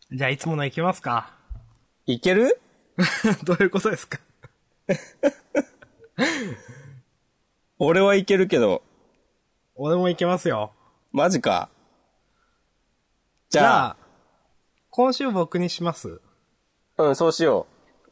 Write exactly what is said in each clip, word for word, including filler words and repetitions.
じゃあいつもの行きますか。 いけるどういうことですか？ 俺はいけるけど。 俺も行けますよ。 マジか。じゃあ。 じゃあ、今週僕にします。 うん、そうしよ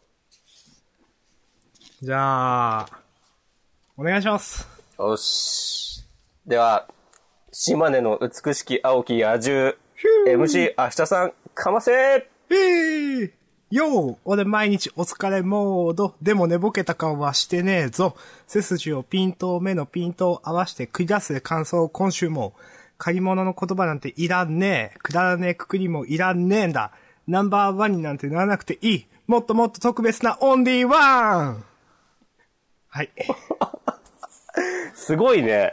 じゃあ、お願いします。 う。よし。では、島根の美しき青き野獣、エムシー 明日さん、かませえーよー俺毎日お疲れモード。でも寝ぼけた顔はしてねえぞ。背筋をピント、目のピントを合わせて繰り出す感想今週も。借り物の言葉なんていらんねえ。くだらねえくくりもいらんねえんだ。ナンバーワンになんてならなくていい。もっともっと特別なオンリーワン。はい。 すごいね。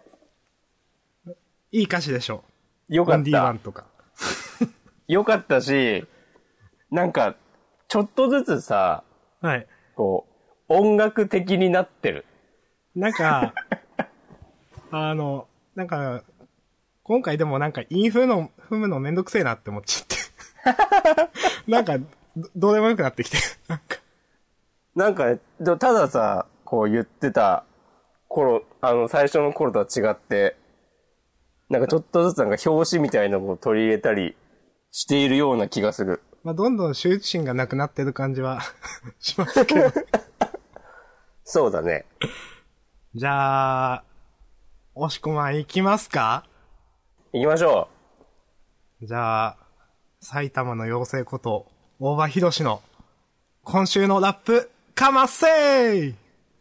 いい歌詞でしょ。 よかった。 オンリーワンとか。 よかったし、なんか、ちょっとずつさ、 はい。 こう、音楽的になってる。 なんか、あの、なんか、今回でもなんかインフの、踏むのめんどくせえなって思っちゃって。なんか、どうでもよくなってきて。なんか、 なんかね、でもたださ、こう言ってた頃、あの、最初の頃とは違って、なんかちょっとずつなんか表紙みたいなのを取り入れたりしているような気がする。 まあ、どんどん羞恥心がなくなってる感じはしますけど。 そうだね。 じゃあ、押し込まん行きますか？ 行きましょじゃあ、埼玉の妖精こと、大場博士の、今週のラップ、かませー。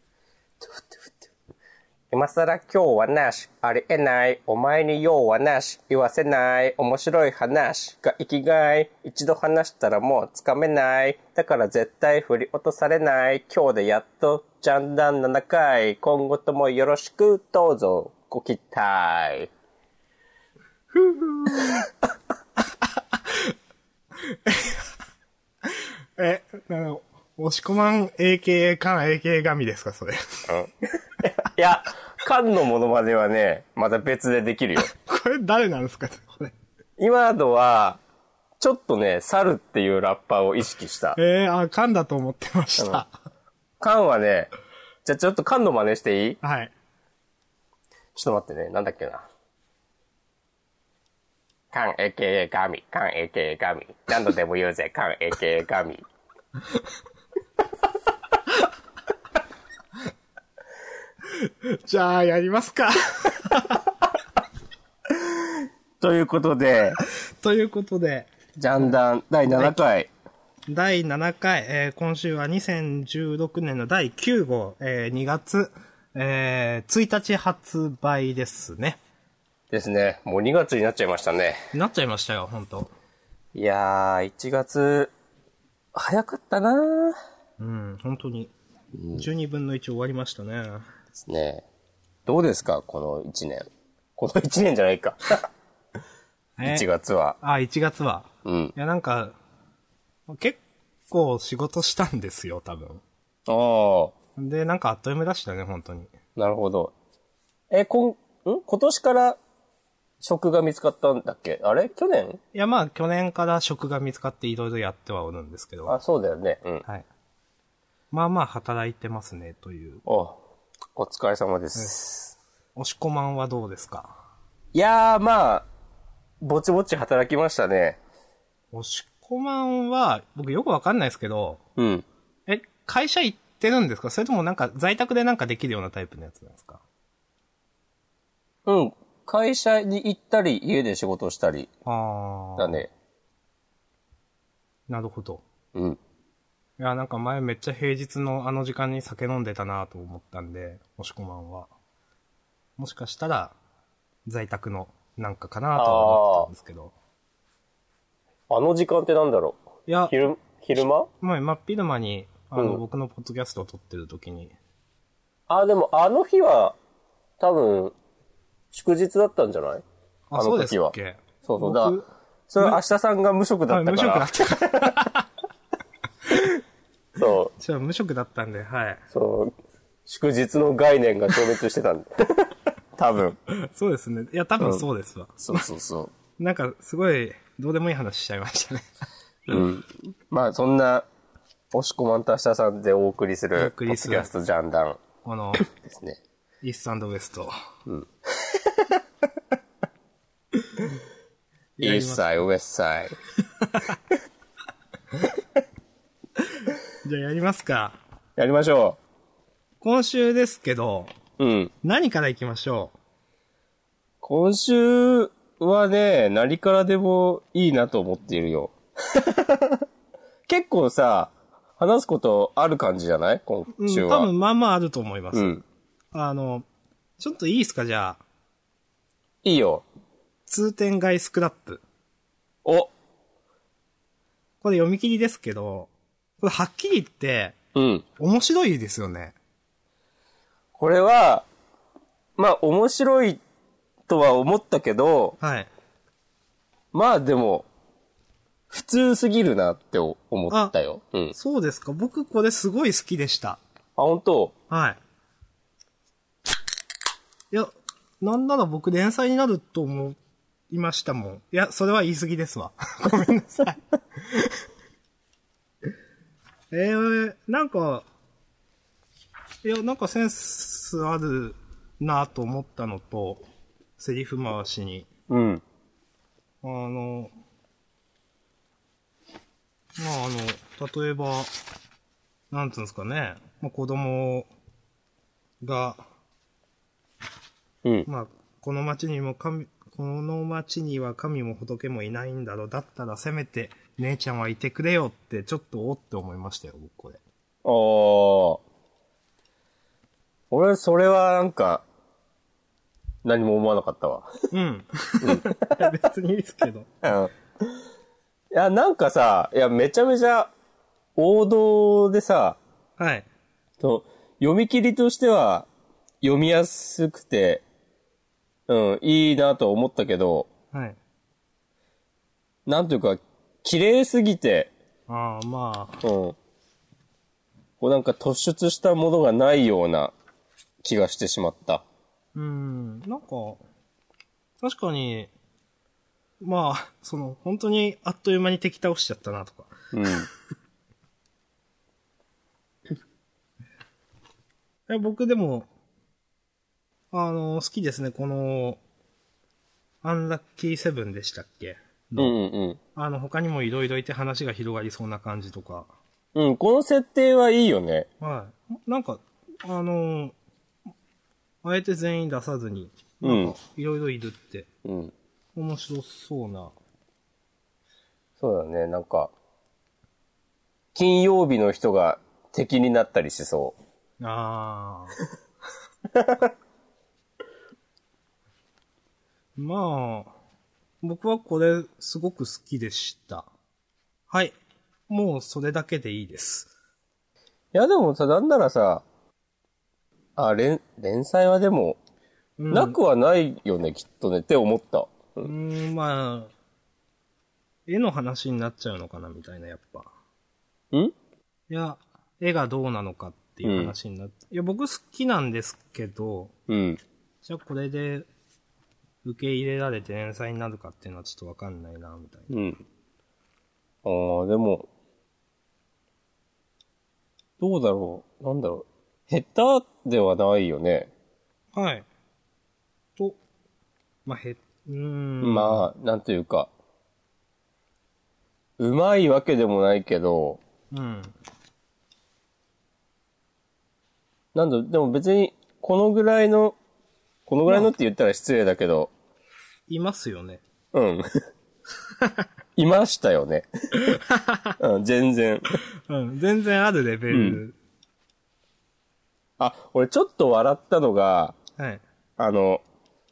今更今日はなし、ありえない、お前に用はなし、言わせない、面白い話が生きがい、一度話したらもうつかめない、だから絶対振り落とされない、今日でやっと、ジャンダンななかい、今後ともよろしく、どうぞ、ご期待。 ふふえ、あの、押し込まん エーケー かん エーケー 神ですか、それ。 うん、いや、カンのモノマネはね、また別でできるよ。 これ誰なんですか、これ。 今のは、ちょっとね、猿っていうラッパーを意識した。 えー、あ、カンだと思ってました。 カンはね、じゃあちょっとカンの真似していい？ はい。 ちょっと待ってね、なんだっけな。カン エーケーエー 神、カン エーケーエー 神。何度でも言うぜ、カン エーケーエー 神。 じゃあ、やりますか。 ということで、 ということで、 ジャンダンだいななかい。 だいななかい、えー、今週はにせんじゅうろくねんのだいきゅうごう、えー、にがつ、えー、ついたち発売ですね。 ですね。もうにがつになっちゃいましたね。 なっちゃいましたよ、ほんと。 いやー、いちがつ、早かったなー。 うん、本当に。じゅうにぶんのいち終わりましたね。 ですね。どうですか、このいちねん。このいちねんじゃないか。いちがつは。 あ、いちがつは。 うん。 いや、なんか、結構仕事したんですよ、多分。 ああ。 で、なんかあっという間でしたね、本当に。 なるほど。え、こん、ん今年から職が見つかったんだっけ？あれ去年？ いや、まあ、去年から職が見つかっていろいろやってはおるんですけど。 あ、そうだよね。うん。 はい。まあまあ、働いてますね、という。 お、お疲れ様です。 押し込まんはどうですか？ いやー、まあ、ぼちぼち働きましたね。 押し込まんは、僕よくわかんないですけど、 うん。 え、会社行ってるんですか？それともなんか在宅でなんかできるようなタイプのやつなんですか？ うん。会社に行ったり、家で仕事したり。 あー。 だね。 なるほど。 うん。 いや、なんか前めっちゃ平日のあの時間に酒飲んでたなと思ったんで、押し込まんは。もしかしたら、在宅のなんかかなとは思ってたんですけど。 あの時間ってなんだろう？ いや、 昼、昼間？ まあ、真っ昼間に、あの、 うん僕のポッドキャストを撮ってる時に。 あ、でもあの日は、多分、祝日だったんじゃない？ あ、 あの時は。 そうですっけ？ そうそうだ。それは明日さんが無職だったから。 はい、無職だったから。 そう。 じゃあ無職だったんで、はい。 そう。祝日の概念が消滅してたんで。多分。 そうですね。いや、多分そうですわ。 そうそうそう。 なんか、すごい、 どうでもいい話しちゃいましたね。 うん。まあ、そんな、押し込まんと明日さんでお送りする、 お送りするポッドキャストジャンダン。 この、 ですね。 イースト&ウエスト。 うん。イーストサイド、ウェストサイド。 じゃあやりますか。 やりましょ今週ですけど、 う。うん。 何から行きましょう。 今週はね、何からでもいいなと思っているよ。結構さ、話すことある感じじゃない今週は。 うん、多分まあまああると思います。 うん。 あの、ちょっといいですか、じゃあ。 いいよ。 通天街スクラップ。 お。 これ読み切りですけど、これはっきり言って、 うん。 面白いですよね。 これは、まあ面白いとは思ったけど、 はい。 まあでも、普通すぎるなって思ったよ。うん。 そうですか。僕これすごい好きでした。 あ、本当？ はい。いや、なんなら僕連載になると思いましたもん。いや、それは言い過ぎですわ。ごめんなさい。えー、なんか、いや、なんかセンスあるなと思ったのと、セリフ回しに。 うん。 あの、まああの、例えば、なんつうんですかね、まあ、子供が、 うん。 まあ、この町にも神、この町には神も仏もいないんだろう。だったらせめて姉ちゃんはいてくれよって、ちょっとおって思いましたよ、僕これ。 あー。俺、それはなんか、何も思わなかったわ。 うん。うん、別にいいですけど。 うん。いや、なんかさ、いや、めちゃめちゃ王道でさ、 はい。 と読み切りとしては読みやすくて、うん、いいなと思ったけど、 はい。 なんというか、綺麗すぎて、 ああ、まあ。 うん。こうなんか突出したものがないような気がしてしまった。 うん、なんか、確かに、まあ、その、本当にあっという間に敵倒しちゃったなとか。 うん。 え僕でも、あの、好きですね、この、アンラッキーセブンでしたっけうんうんあの、他にもいろいろいて話が広がりそうな感じとか。 うん。うん、この設定はいいよね。 はい。なんか、あの、あえて全員出さずに、なんか、いろいろいるって、 うん。 面白そうな。 そうだね、なんか、金曜日の人が敵になったりしそう。 ああ。まあ、僕はこれすごく好きでした。はい。もうそれだけでいいです。 いやでもさ、なんならさ、あ、連、連載はでも、 うん、 なくはないよね、きっとね、って思った。 うーん、まあ、絵の話になっちゃうのかな、みたいな、やっぱ。 ん？ いや、絵がどうなのかっていう話になって、うん、いや、僕好きなんですけど、 うん。 じゃあこれで、受け入れられて連載になるかっていうのはちょっとわかんないな、みたいな。 うん。ああ、でも、どうだろう、なんだろう。下手ではないよね。 はい。と、まあ、へ、うーん。 まあ、なんというか、うまいわけでもないけど、 うん。 なんだ、でも別に、このぐらいの、このぐらいのって言ったら失礼だけど、 いますよね。 うん。いましたよね。うん、全然。 うん、全然あるレベル。うん、 あ、俺ちょっと笑ったのが、 はい。 あの、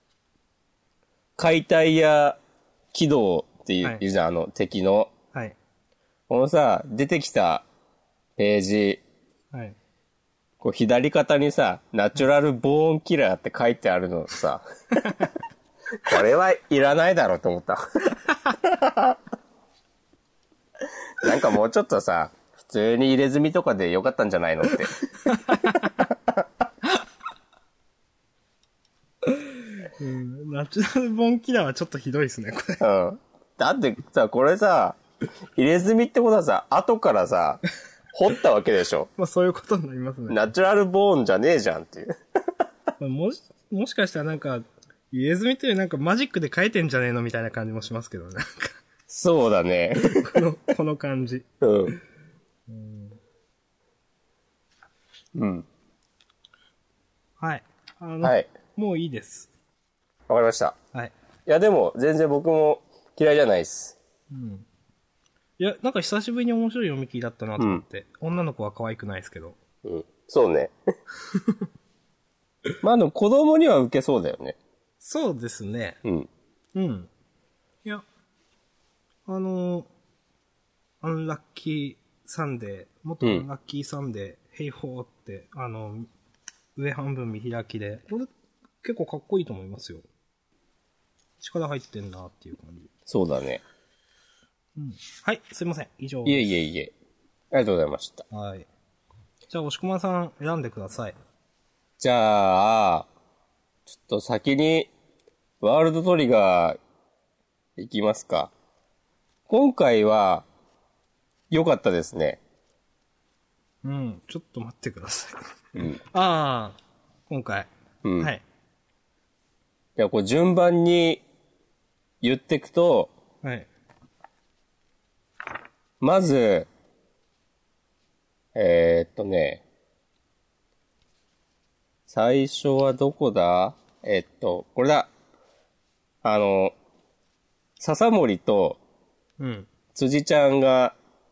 解体や軌道っていう、はい、じゃん、あの、敵の。 はい。 このさ、出てきたページ、 はい。 こう左肩にさ、ナチュラルボーンキラーって書いてあるのさ、これはいらないだろうと思った。なんかもうちょっとさ、普通に入れ墨とかでよかったんじゃないのって。 うん、ナチュラルボーンキラーはちょっとひどいですね、これ。 うん。 だってさ、これさ、入れ墨ってことはさ、後からさ、掘ったわけでしょ。 まあそういうことになりますね。 ナチュラルボーンじゃねえじゃんっていう。 もし、もしかしたらなんか、入れ墨というなんかマジックで書いてんじゃねえのみたいな感じもしますけどね。なんかそうだね。 この、この感じ。 うん。うん。 はい。あの、 はい。 もういいです。 わかりました。 はい。 いや、でも、全然僕も嫌いじゃないです。 うん。いや、なんか久しぶりに面白い読み切りだったなと思って。うん、女の子は可愛くないですけど。 うん。そうね。まあでも子供には受けそうだよね。 そうですね。 うん。 うん。いや、あの、アンラッキーサンデー、元アンラッキーサンデー、ヘイホーって、あの、上半分見開きで、これ結構かっこいいと思いますよ。力入ってんなっていう感じ。 そうだね。 うん。はい、すいません。以上です。いえいえいえ。ありがとうございました。 はい。じゃあ、押し込まさん選んでください。 じゃあ、ちょっと先に、ワールドトリガー、いきますか。今回は、良かったですね。 うん、ちょっと待ってください。 うん。 ああ、今回。 うん。 はい。 いや、こう順番に言っていくと、 はい。 まず、えー、っとね、最初はどこだえー、っと、これだ。あの、笹森と、 うん。 辻ちゃんが、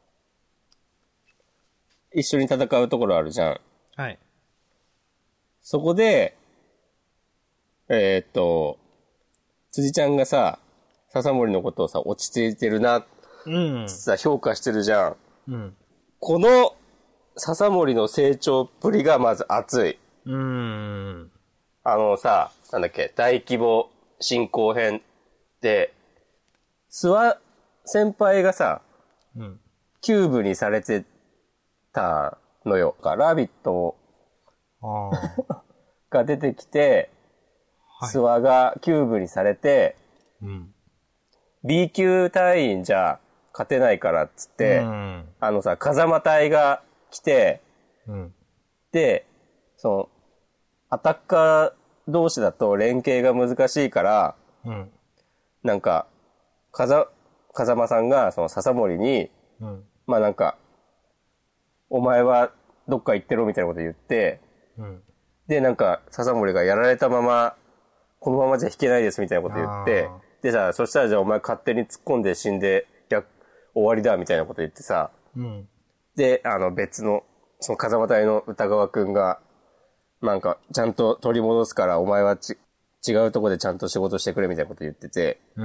一緒に戦うところあるじゃん。 はい。 そこで、えー、っと、辻ちゃんがさ、笹森のことをさ、落ち着いてるな、 うん。 さ、評価してるじゃん。 うん。 この、笹森の成長っぷりがまず熱い。 うーん。 あのさ、なんだっけ、大規模進行編で、諏訪先輩がさ、 うん。 キューブにされてたのよ。ラビットああ。 が出てきて、 はい。 諏訪がキューブにされて、 うん。 B 級隊員じゃ勝てないからっつって、 うん。 あのさ、風間隊が来て、 うん。で、 その、アタッカー同士だと連携が難しいから、 うん。 なんか、風、風間さんがその笹森に、うん、まあなんか、お前はどっか行ってろみたいなこと言って、うん、で、なんか、笹森がやられたまま、このままじゃ引けないですみたいなこと言って、でさ、そしたらじゃあお前勝手に突っ込んで死んで、や、終わりだみたいなこと言ってさ、うん、で、あの別の、その風間隊の歌川くんが、なんか、ちゃんと取り戻すからお前はち、違うとこでちゃんと仕事してくれみたいなこと言ってて、うん、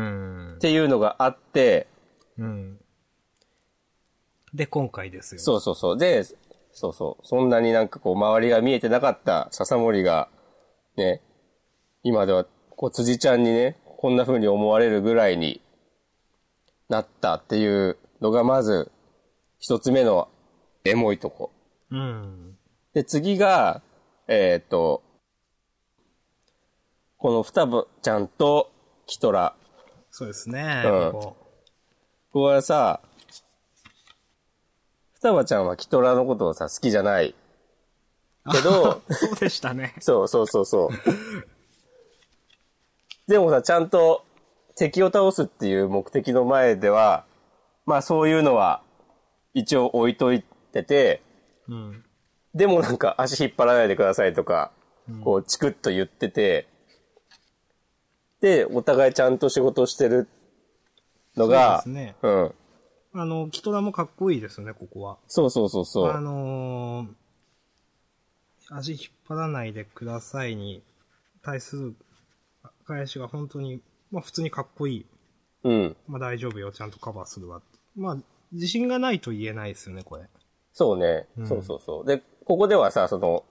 っていうのがあって、うん、で、今回ですよ。そうそうそう。で、そうそう。そんなになんかこう周りが見えてなかった笹森が、ね、今では、こう辻ちゃんにね、こんな風に思われるぐらいになったっていうのがまず、一つ目のエモいとこ。うん。で、次が、えっと、この双葉ちゃんとキトラ。そうですね。うん。ここ。ここはさ、双葉ちゃんはキトラのことをさ、好きじゃない。けど、そうでしたね。そうそうそうそう。でもさ、ちゃんと敵を倒すっていう目的の前では、まあそういうのは一応置いといてて、うん、でもなんか足引っ張らないでくださいとか、うん、こうチクッと言ってて、で、お互いちゃんと仕事してるのが、そうですね。うん。あの、キトラもかっこいいですね、ここは。そうそうそうそう。あのー、足引っ張らないでくださいに対する返しが本当に、まあ普通にかっこいい。うん。まあ大丈夫よ、ちゃんとカバーするわ。まあ、自信がないと言えないですよね、これ。そうね。うん、そうそうそう。で、ここではさ、その、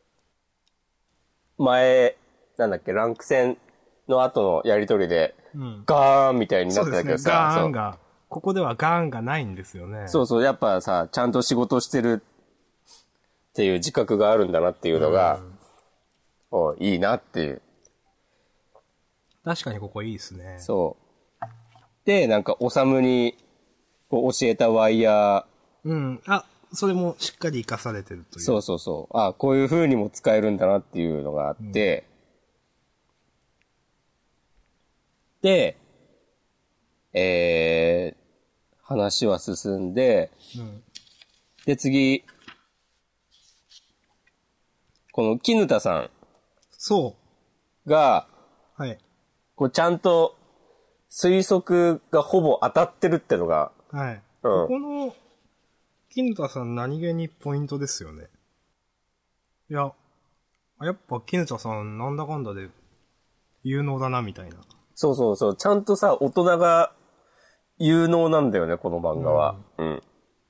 前、なんだっけ、ランク戦の後のやりとりで、うん、ガーンみたいになってたけどさ、そうですね、ガーンが、ここではガーンがないんですよね。そうそう、やっぱさ、ちゃんと仕事してるっていう自覚があるんだなっていうのが、うん、おいいなっていう。確かにここいいですね。そう。 で、なんか、おさむにこう教えたワイヤー。うん。あ、それもしっかり活かされてるという。 そうそうそう。あ、こういう風にも使えるんだなっていうのがあって、うん、で、えー、話は進んで、うん、で、次、この絹田さん。 そう。 が、 はい。 こうちゃんと推測がほぼ当たってるってのが、 はい。うん、ここの、絹田さん何気にポイントですよね。いや、やっぱ絹田さんなんだかんだで有能だなみたいな。 そうそうそう。ちゃんとさ、大人が有能なんだよね、この漫画は。うん。うん、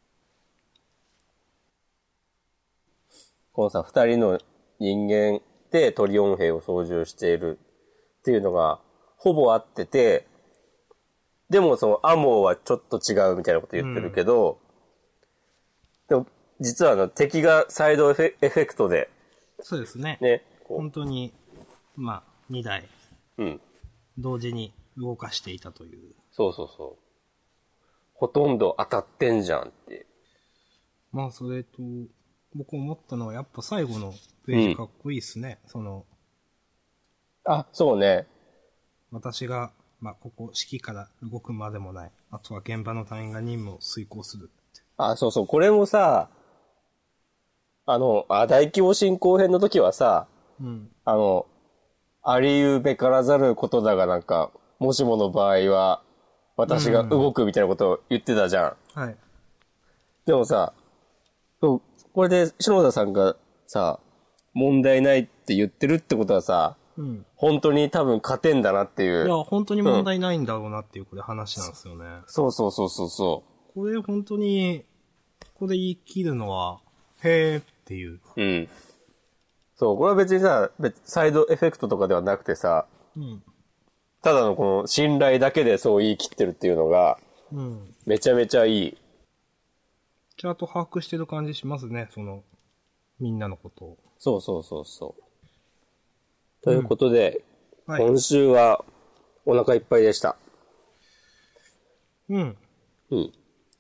このさ、二人の人間でトリオン兵を操縦しているっていうのが、ほぼ合ってて、でもそのアモーはちょっと違うみたいなこと言ってるけど、うん、でも実はあの敵がサイドエフェ、エフェクトで。 そうですね。 ね。 本当に、まあ、にだい。 うん。 同時に動かしていたという。 そうそうそう。ほとんど当たってんじゃんって。 まあ、それと、僕思ったのはやっぱ最後のページかっこいいっすね。うん、その、 あ、そうね。 私が、まあ、ここ、指揮から動くまでもない。あとは現場の隊員が任務を遂行するって。 あ、そうそう。これもさ、あの、あ、大規模進行編の時はさ、うん、あの、ありゆうべからざることだがなんか、もしもの場合は、私が動くみたいなことを言ってたじゃん。うん、はい。でもさ、これで篠田さんがさ、問題ないって言ってるってことはさ、うん、本当に多分勝てんだなっていう。 いや、本当に問題ないんだろうなっていうこれ話なんですよね。 そうそうそうそうそう。 これ本当に、ここで言い切るのは、へーっていう。 うん。そう、これは別にさ、別サイドエフェクトとかではなくてさ、うん、ただのこの信頼だけでそう言い切ってるっていうのが、うん、めちゃめちゃいい。 ちゃんと把握してる感じしますね、その、みんなのことを。 そうそうそうそう。ということで、うんはい、今週はお腹いっぱいでした。 うん。うん。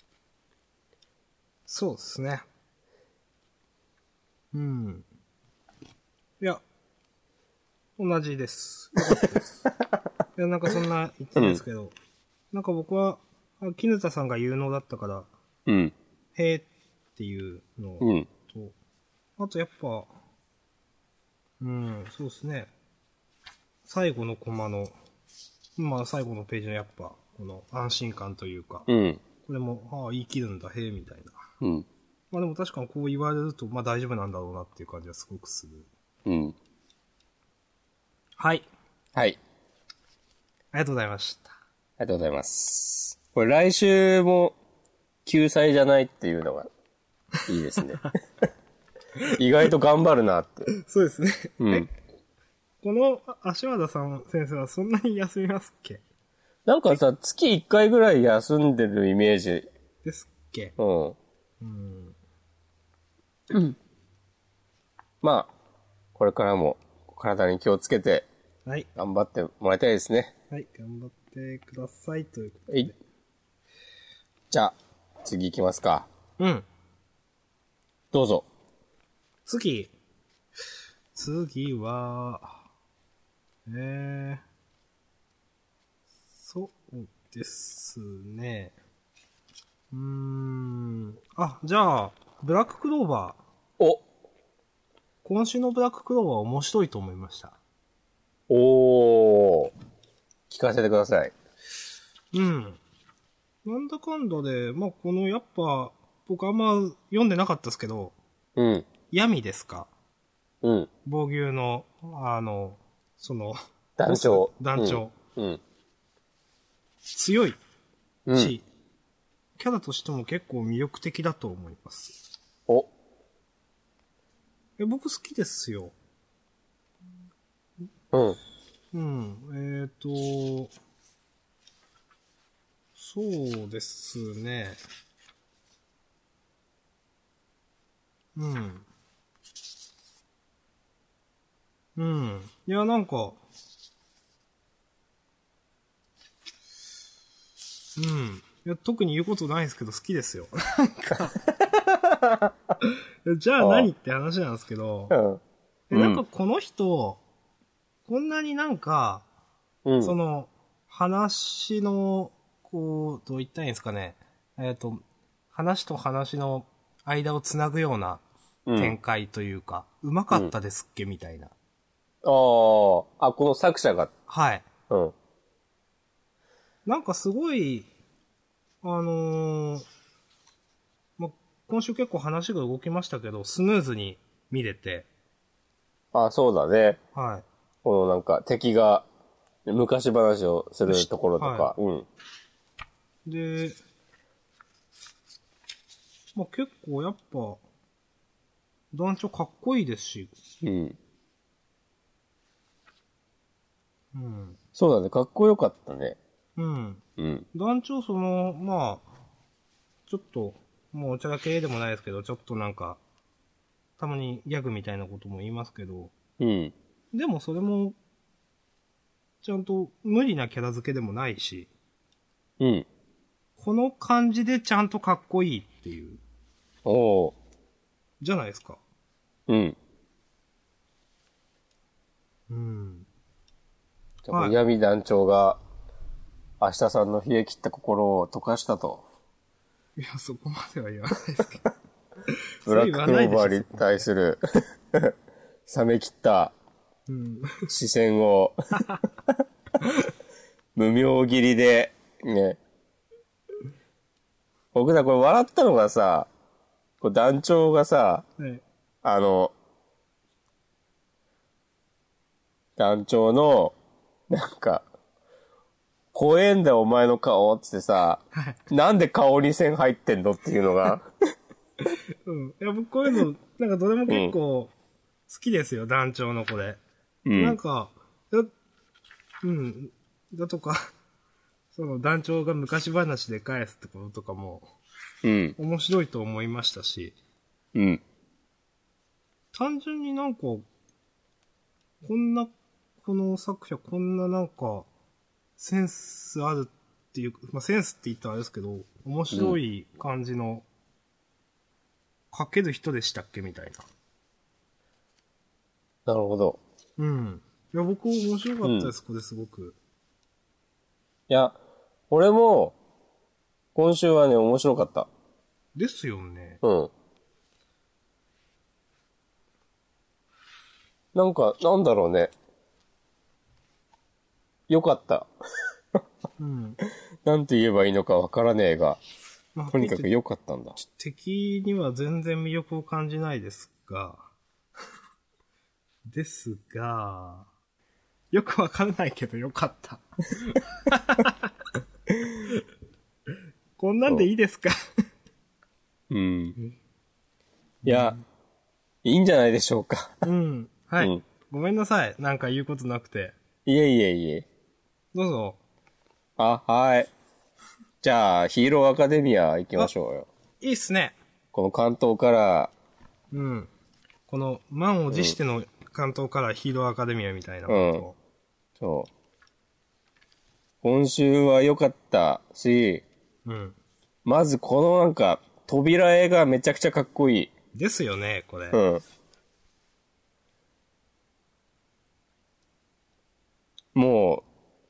そうですね。うん。いや、同じです。よかったです。いや、なんかそんな言ってるんですけど、うん、なんか僕は、絹田さんが有能だったから、うん。へーっていうのと、うん、あとやっぱ、うん、そうですね。最後のコマの、まあ最後のページのやっぱ、この安心感というか、うん、これも、ああ、言い切るんだ、へえ、みたいな。うん。まあでも確かにこう言われると、まあ大丈夫なんだろうなっていう感じはすごくする。うん。はい。 はい。 ありがとうございました。 ありがとうございます。これ来週も救済じゃないっていうのがいいですね。意外と頑張るなって。 そうですね。うん。この足和田さん先生はそんなに休みますっけ？ なんかさ、月いっかいぐらい休んでるイメージ。 ですっけ？ うん。うん。うん。まあ、これからも体に気をつけて、はい。頑張ってもらいたいですね。 はい、頑張ってくださいということで。はい。 じゃあ、次行きますか。うん。どうぞ。 次。次は、えー、そうですね。うーん。あ、じゃあ、ブラッククローバー。お。今週のブラッククローバー面白いと思いました。 おー。聞かせてください。 うん。なんだかんだで、まあ、このやっぱ、僕あんま読んでなかったですけど、うん。闇ですか？うん。防御の、あの、その、 団長。 団長。うん。うん、強いし、うん、キャラとしても結構魅力的だと思います。お。え、僕好きですよ。うん。うん。えっと、そうですね。うん。うん。いや、なんか、 ん。いや、特に言うことないですけど好きですよ。なんか。じゃあ何って話なんですけど、 うん。 なんかこの人、こんなになんか、 うん、 その、話の、こう、どう言ったらいいんですかね。えっと、話と話の間をつなぐような展開というか、うま、ん、かったですっけ、みたいな。 ああ、あ、この作者が。 はい。 うん。 なんかすごい、あのー、ま、今週結構話が動きましたけど、スムーズに見れて。 あ、そうだね。 はい。 このなんか敵が昔話をするところとか。はい、うん。 で、まあ、結構やっぱ、団長かっこいいですし。 うん。 うん。 そうだね、かっこよかったね。 うん。 うん。 団長その、まあ、ちょっと、もうお茶だけでもないですけど、ちょっとなんか、たまにギャグみたいなことも言いますけど、 うん。 でもそれも、ちゃんと無理なキャラ付けでもないし、 うん。 この感じでちゃんとかっこいいっていう。 おー。 じゃないですか。 うん。 うん。 じゃあ、闇団長が、明日さんの冷え切った心を溶かしたと。 いや、そこまでは言わないですけど。 ブラッククローバーに対する、冷め切った視線を、無妙切りで、ね。僕さ、これ笑ったのがさ、こう団長がさ、 はい、 あの、団長の、なんか、怖えんだよお前の顔ってさ、 はい、 なんで顔に線入ってんのっていうのが。 うん。いや、僕こういうの、なんかどれも結構好きですよ、うん、団長のこれ。うん、なんか、だ、うん、だとか、その団長が昔話で返すってこととかも、うん。面白いと思いましたし。うん。単純になんか、こんな、この作者こんななんか、センスあるっていう、まあ、センスって言ったらあれですけど、面白い感じの、書ける人でしたっけみたいな。なるほど。 うん。いや、僕面白かったです、うん、これすごく。 いや、俺も、今週はね、面白かった。 ですよね。 うん。なんか、なんだろうね。よかった。うん。なんて言えばいいのかわからねえが、まあ、とにかくよかったんだ。 敵には全然魅力を感じないですが、ですが、よくわからないけどよかった。こんなんでいいですか？ うん。いや、うん、いいんじゃないでしょうか。 うん。はい、うん。ごめんなさい。なんか言うことなくて。 いえいえいえ。 どうぞ。 あ、はい。じゃあ、ヒーローアカデミア行きましょうよ。 いいっすね。 この関東から。 うん。この満を持しての関東からヒーローアカデミアみたいなことを。うん、 そう。今週は良かったし、うん。まずこのなんか、扉絵がめちゃくちゃかっこいい。 ですよね、これ。 うん。も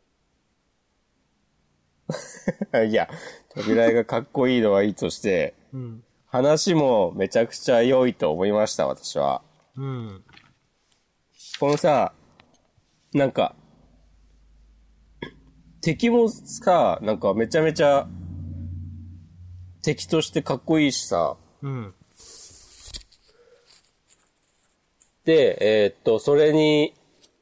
う、いや、扉絵がかっこいいのはいいとして、うん、話もめちゃくちゃ良いと思いました、私は。うん。このさ、なんか、敵もさ、なんかめちゃめちゃ、敵としてかっこいいしさ。うん。で、えー、っと、それに、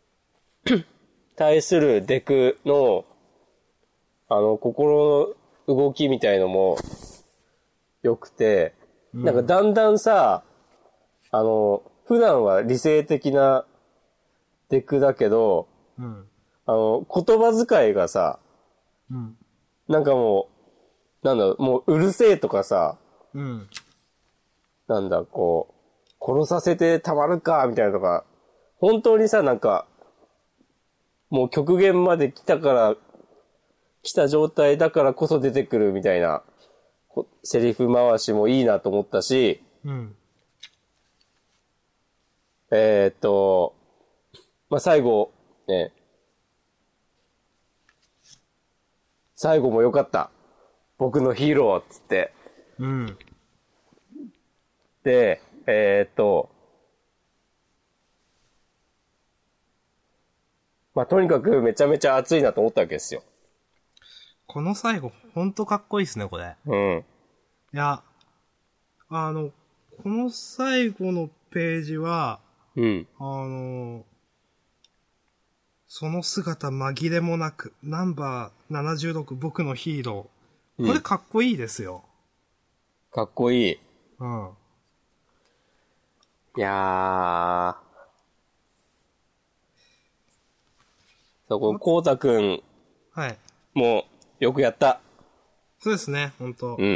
対するデクの、あの、心の動きみたいのも、良くて、うん、なんかだんだんさ、あの、普段は理性的なデクだけど、うん、あの、言葉遣いがさ、うん、なんかもう、なんだ、もううるせえとかさ、うん、なんだ、こう、殺させてたまるか、みたいなとか、本当にさ、なんか、もう極限まで来たから、 来た状態だからこそ出てくるみたいな、セリフ回しもいいなと思ったし、 うん。 えーっと、まあ、最後、ね、最後も良かった。僕のヒーローっつって。 うん。 で、えーっと、まあ、とにかくめちゃめちゃ熱いなと思ったわけですよ。 この最後、ほんとかっこいいですね、これ。 うん。 いや、あの、この最後のページは、 うん。 あの、その姿紛れもなく、ナンバーななじゅうろく僕のヒーロー。これかっこいいですよ。 うん、かっこいい。 うん。 いやー。そう、このこうたくん。 はい。 もう、よくやった。 そうですね、ほんと。 うん。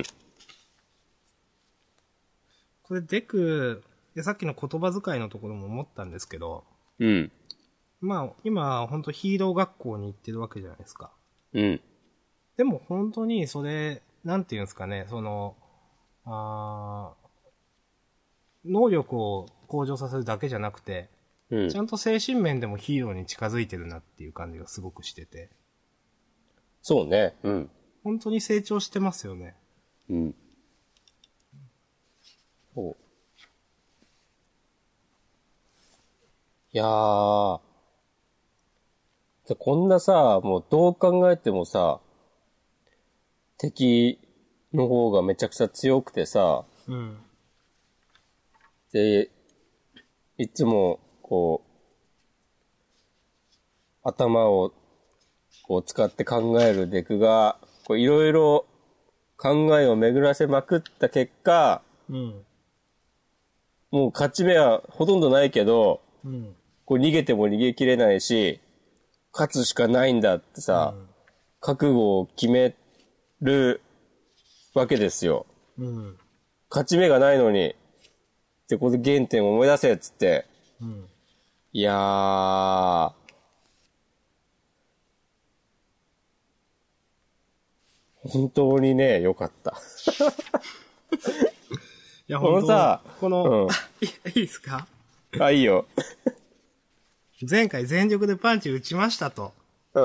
これ、デク、いやさっきの言葉遣いのところも思ったんですけど、 うん。 まあ、今、ほんとヒーロー学校に行ってるわけじゃないですか。 うん。 でも本当にそれ、なんていうんですかね、その、あ能力を向上させるだけじゃなくて、 うん、 ちゃんと精神面でもヒーローに近づいてるなっていう感じがすごくしてて。 そうね。うん。 本当に成長してますよね。 うん。そう。いやー。こんなさ、もうどう考えてもさ、敵の方がめちゃくちゃ強くてさ、 うん。 で、いつも、こう、頭を、こう使って考えるデクが、こういろいろ考えを巡らせまくった結果、 うん。 もう勝ち目はほとんどないけど、 うん。 こう逃げても逃げきれないし、勝つしかないんだってさ、うん、覚悟を決めるわけですよ。 うん。 勝ち目がないのに、で、ここで原点を思い出せっつって。 うん。 いやー、本当にね、良かった。 いや、このさ、この、 うん、 いいですか？ あ、いいよ。 前回全力でパンチ打ちましたと。 うん。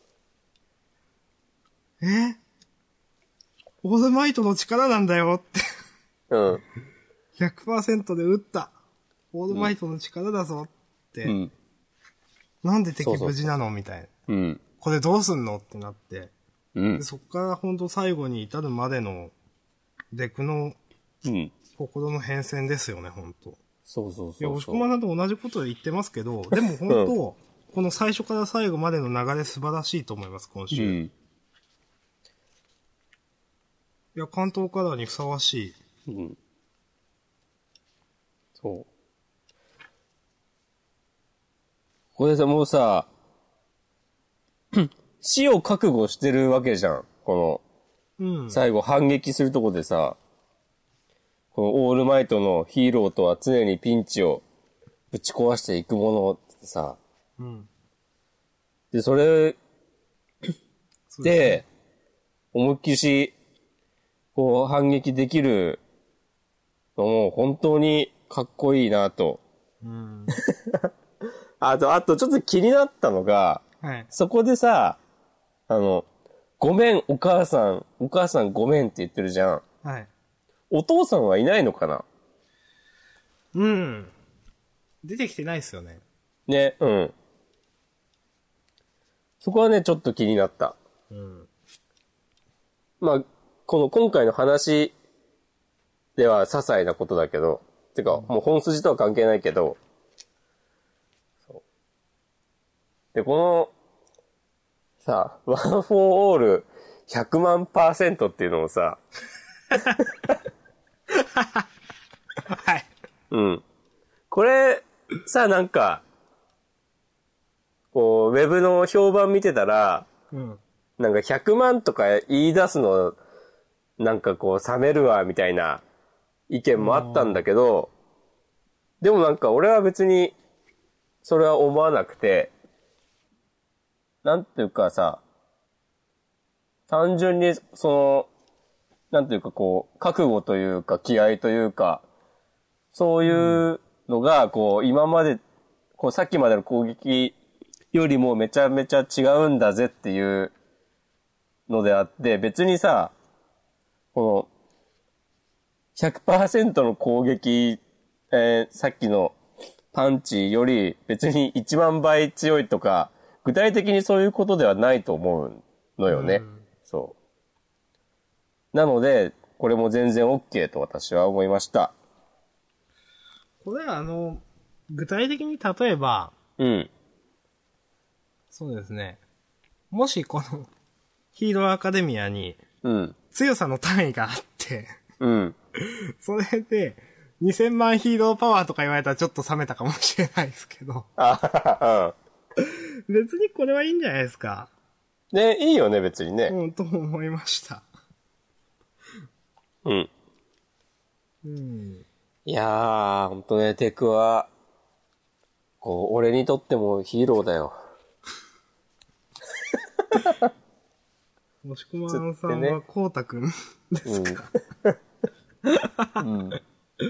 えオールマイトの力なんだよって。 うん。 ひゃくパーセント で打った。オールマイトの力だぞって。うん、なんで敵無事なのみたいな。 うん。 これどうすんのってなって。 うん。 でそっからほんと最後に至るまでの、デクの、うん。心の変遷ですよね、ほんと。 そうそうそうそう。 いや、押し込まさんと同じこと言ってますけど、でも本当、うん、この最初から最後までの流れ素晴らしいと思います、今週。うん、いや、関東カラーにふさわしい。うん。 そう。これさ、もうさ、死を覚悟してるわけじゃん。この、うん、最後反撃するとこでさ、このオールマイトのヒーローとは常にピンチをぶち壊していくものってさ、うん、で、それで、思いっきし、こう反撃できるのも本当にかっこいいなと。うん、あと、あとちょっと気になったのが、はい、そこでさ、あの、ごめんお母さん、お母さんごめんって言ってるじゃん。はい。お父さんはいないのかな？ うん。出てきてないですよね。 ね、うん。そこはね、ちょっと気になった。うん。まあ、この今回の話では些細なことだけど、てか、もう本筋とは関係ないけど、そうで、この、さ、ワン・フォー・オールひゃくまんパーセントっていうのもさ、 はい。 うん。これ、さ、なんか、こう、ウェブの評判見てたら、うん、なんかひゃくまんとか言い出すの、なんかこう、冷めるわ、みたいな意見もあったんだけど、でもなんか俺は別に、それは思わなくて、なんていうかさ、 単純に、その、なんていうかこう、覚悟というか、気合というか、そういうのが、こう、今まで、こう、さっきまでの攻撃よりもめちゃめちゃ違うんだぜっていうのであって、別にさ、この、ひゃくパーセント の攻撃、えー、さっきのパンチより別にいちまんばい強いとか、具体的にそういうことではないと思うのよね。うん、そう。なので、これも全然 OK と私は思いました。 これはあの、具体的に例えば、 うん。 そうですね。もしこの、ヒーローアカデミアに、 うん。 強さの単位があって、 うん。 それで、にせんまんヒーローパワーとか言われたらちょっと冷めたかもしれないですけど。 あうん、別にこれはいいんじゃないですか。 ね、いいよね、別にね。 うん、と思いました。 うん。 うん。 いやー、ほんとね、テクは、こう、俺にとってもヒーローだよ。 もしくまんさんは、こうたくんですか、うん、うん。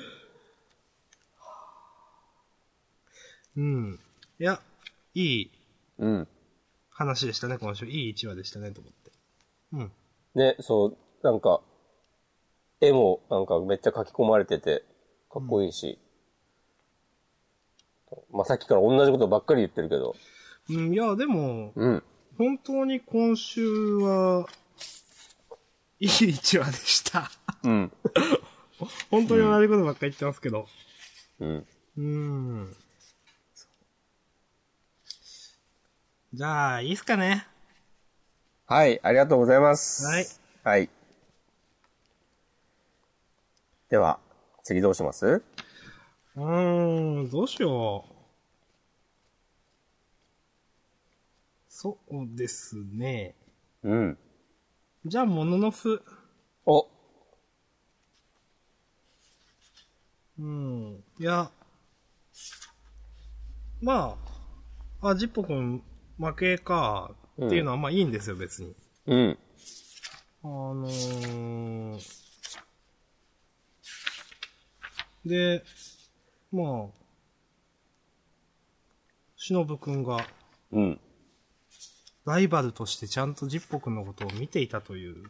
うん。いや、いい話でしたね、今週。いい一話でしたね、と思って。うん。 ね、そう、なんか、絵もなんかめっちゃ書き込まれてて、かっこいいし。うん、まあ、さっきから同じことばっかり言ってるけど。 うん、いや、でも、 うん。 本当に今週は、いい一話でした。 うん。 本当に同じことばっかり言ってますけど。 うん。 うーん。じゃあ、いいっすかね。 はい、ありがとうございます。 はい。 はい。では、次どうします？ うーん、どうしよう。そうですね。 うん。 じゃあ、モノノフ。 お。 うん。いや。まあ、あ、ジッポくん負けかっていうのはまあいいんですよ、別に。 うん。 あのー、で、まあ、しのぶくんが、 うん。 ライバルとしてちゃんとジッポくんのことを見ていたという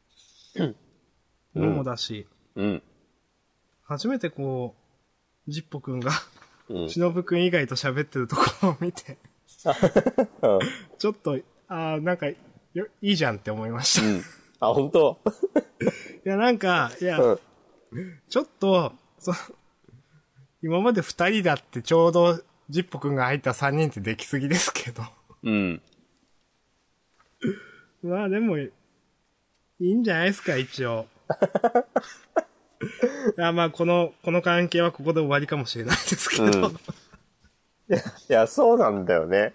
のもだし、 うん。 初めてこう、ジッポくんが、しのぶくん以外と喋ってるところを見て、ちょっと、ああ、なんかよ、いいじゃんって思いました。うん、 あ、本当いや、なんか、いや、うん、ちょっと、そ今まで二人だってちょうど、ジッポくんが入った三人ってできすぎですけど。 うん。 まあでも、いいんじゃないですか、一応。いや、まあ、この、この関係はここで終わりかもしれないですけど。うん、いや、いや、そうなんだよね。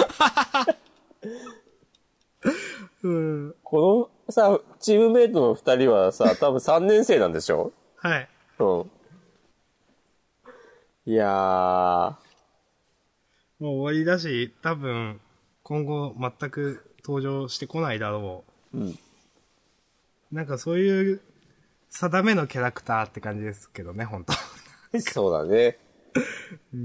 うん、 このさ、チームメイトの二人はさ、多分三年生なんでしょ？ はい。 うん。いやー。 もう終わりだし、多分、今後全く登場してこないだろう。うん。 なんかそういう、定めのキャラクターって感じですけどね、本当そうだね。 うん。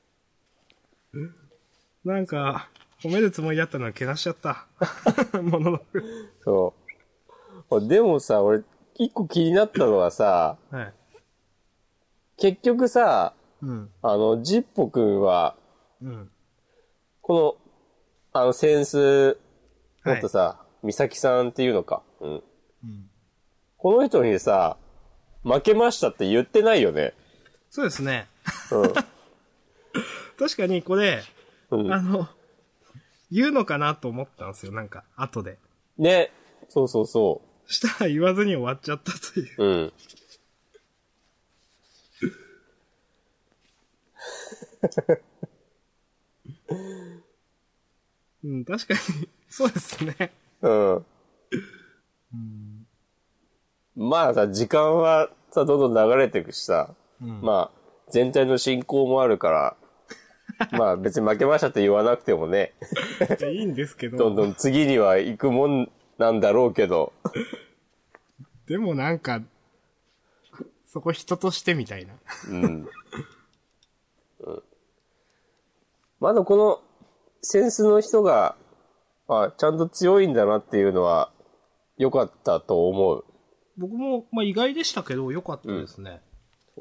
なんか、褒めるつもりだったのにけなしちゃった。もののく。 そう。でもさ、俺、一個気になったのはさ、 はい、 結局さ、 うん、 あの、ジッポくんは、 うん、 この、あの、センス、もっとさ、はい、美咲さんっていうのか。うん。うん、この人にさ、負けましたって言ってないよね。 そうですね。 うん。 確かにこれ、 うん、 あの、言うのかなと思ったんですよ、なんか、後で。 ね。そうそうそう。 したら言わずに終わっちゃったという。 うん。 うん、確かに、そうですね。 うん。うん、まあさ、時間はさ、どんどん流れていくしさ、うん、まあ、全体の進行もあるから、まあ別に負けましたって言わなくてもね。 いいんですけど。 どんどん次には行くもんなんだろうけど。 でもなんか、そこ人としてみたいな。 うん。うん。まだこの、センスの人が、あ、ちゃんと強いんだなっていうのは、良かったと思う。 僕も、まあ意外でしたけど、良かったですね。 うん、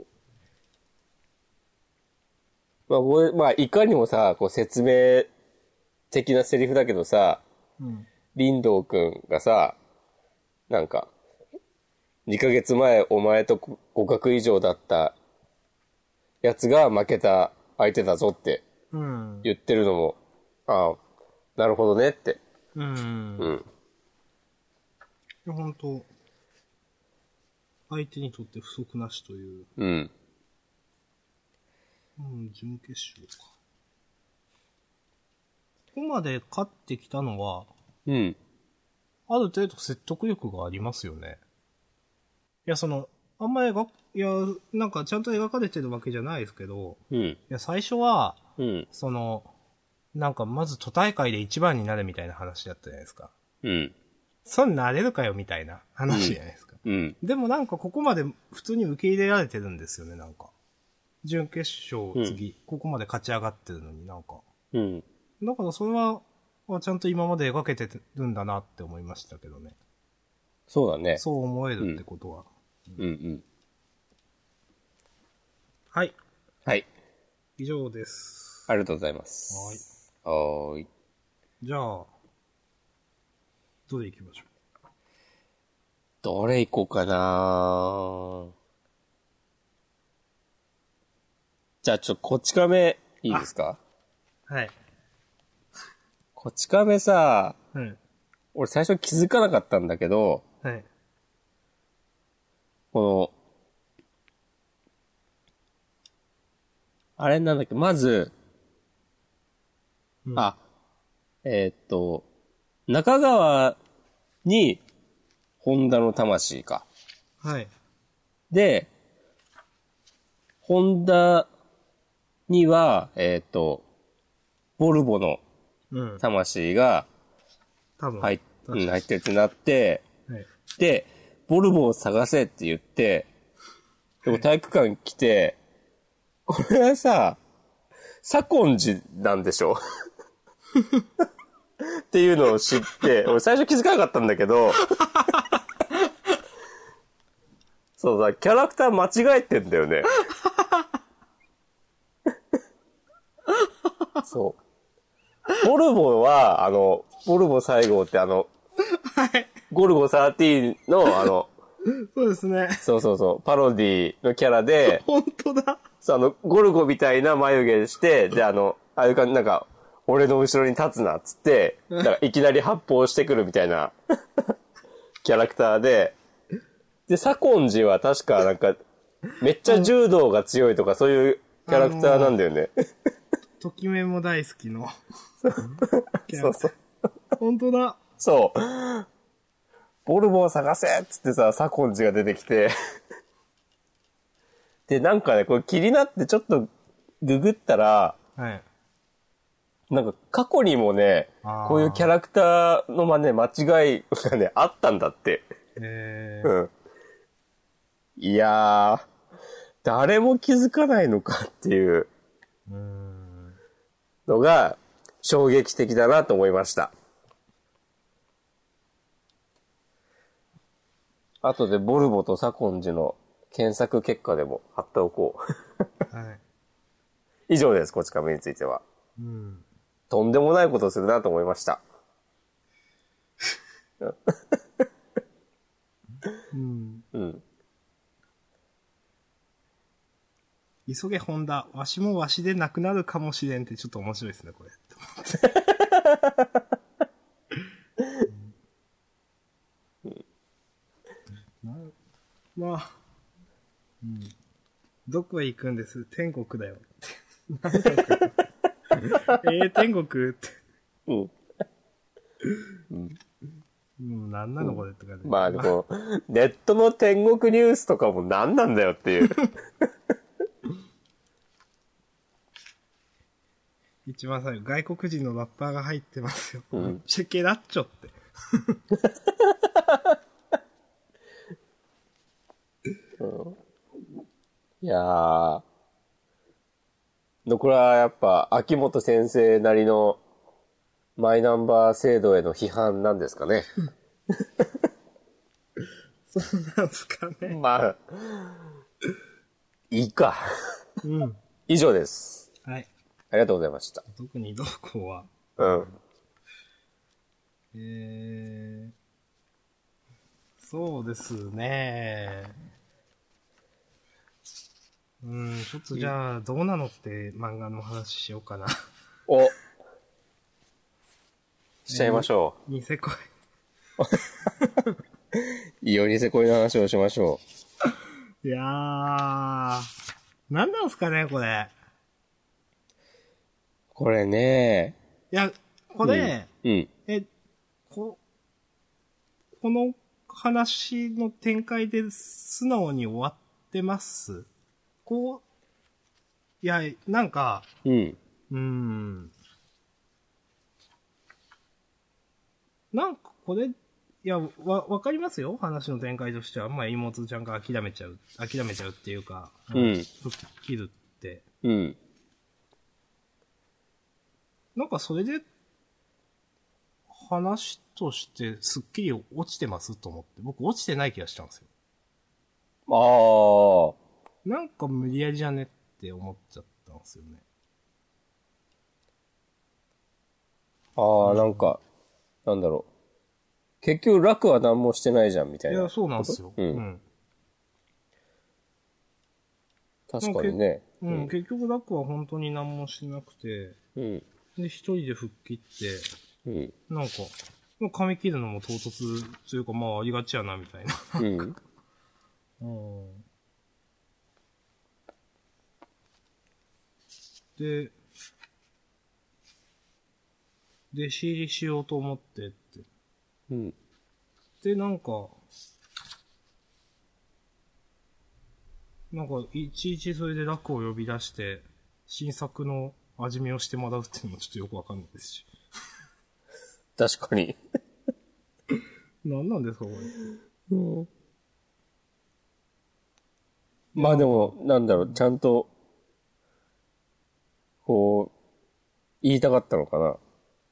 まあ、これ、まあ、いかにもさ、こう説明的なセリフだけどさ、 うん、 林道くんがさ、なんか、にかげつまえお前と互角以上だったやつが負けた相手だぞって言ってるのも、うん、ああ、なるほどねって。 うん。うん。いや、本当相手にとって不足なしという。 うん。 うん、準決勝か。ここまで勝ってきたのは、 うん。 ある程度説得力がありますよね。いや、その、あんまり描、いや、なんかちゃんと描かれてるわけじゃないですけど、 うん。 いや、最初は、 うん。 その、なんかまず都大会で一番になるみたいな話だったじゃないですか。 うん。 そんなれるかよみたいな話じゃないですか。 うん。うん、 でもなんかここまで普通に受け入れられてるんですよね、なんか。準決勝次、うん、ここまで勝ち上がってるのになんか。 うん。 だからそれは、ちゃんと今まで描けてるんだなって思いましたけどね。 そうだね。 そう思えるってことは。 うん、うん、うん。 はい。 はい。 以上です。 ありがとうございます。はい。はーい。 じゃあ、どれ行きましょう。 どれ行こうかなじゃあちょっとこち亀いいですか？ はい。 こち亀さ、 うん、 俺最初気づかなかったんだけど、 はい。 この、あれなんだっけ、まず、うん、あ、えー、っと、中川に、ホンダの魂か。 はい。 で、ホンダには、えー、っと、ボルボの魂が入っ、うん、入ってるってなって、はい、で、ボルボを探せって言って、でも体育館来て、これはさ、左近寺なんでしょっていうのを知って、俺最初気づかなかったんだけど、そうだ、キャラクター間違えてんだよね。そう。ボルボは、あの、ボルボ西郷ってあの、はい、ゴルゴじゅうさんのあの、 そうですね。 そうそうそう、パロディのキャラで、 本当だ。 そう、あの、ゴルゴみたいな眉毛して、で、あの、ああいう感じ、なんか、俺の後ろに立つな、っつって、なんかいきなり発砲してくるみたいな、キャラクターで、で、左近寺は確かなんか、めっちゃ柔道が強いとかそういうキャラクターなんだよね。 ときめも大好きの。 そうそう。 本当だ。 そう。ボルボを探せっつってさ、左近寺が出てきて。で、なんかね、これ気になってちょっとググったら、はい。なんか過去にもね、こういうキャラクターのまね、間違いがね、あったんだって。へー。うん。いやー、誰も気づかないのかっていうのが衝撃的だなと思いました。あとでボルボと左近寺の検索結果でも貼っておこう。はい、以上です、こち亀については。うん、とんでもないことするなと思いました。 うん。うん。急げホンダ、わしもわしでなくなるかもしれんってちょっと面白いですね、これ。うん、まあ、うん、どこへ行くんです？天国だよって。何だかえー、天国って。うん。うん。もう何なのこれって感じ、 うん。まあでも、ネットの天国ニュースとかも何なんだよっていう。 一番最後、外国人のラッパーが入ってますよ。うん、チェケラッチョって。 うん、いやー、これはやっぱ秋元先生なりのマイナンバー制度への批判なんですかね。 そうなんですかね。 まあ、いいか。 うん。 以上です。 はい。 ありがとうございました。 特にどこは。 うん。 えー、そうですね。うん、ちょっとじゃあ、どうなのって漫画の話しようかな。 お。しちゃいましょう。ニセ恋。 いいよ、ニセ恋の話をしましょう。いやー、なんなんすかね、これ。 これね。 いや、これ、 うん。うん、 え、こ、この話の展開で素直に終わってますこう、いや、なんか、 うん。 うーん。なんかこれ、いや、わ、わかりますよ話の展開としては。まあ、妹ちゃんが諦めちゃう、諦めちゃうっていうか、 うん。 吹っ切るって。 うん。 なんかそれで、話としてすっきり落ちてますと思って。僕落ちてない気がしたんですよ。 ああ。 なんか無理やりじゃねって思っちゃったんですよね。 ああ、なんか、なんだろう。結局楽は何もしてないじゃん、みたいな。 いや、そうなんですよ。 うん。うん、確かにね。 うん、うん、結局楽は本当に何もしなくて、 うん。 で、一人で吹っ切って、 うん。 なんか、髪切るのも唐突というか、まあ、ありがちやな、みたいな。 うん。 うん。で、弟子入りしようと思ってって。 うん。 で、なんか、なんか、いちいちそれで楽を呼び出して、新作の味見をしてもらうっていうのもちょっとよくわかんないですし。 確かに。 なんなんですか、これ。 うん。まあでも、なんだろう、ちゃんと、こう、言いたかったのかな。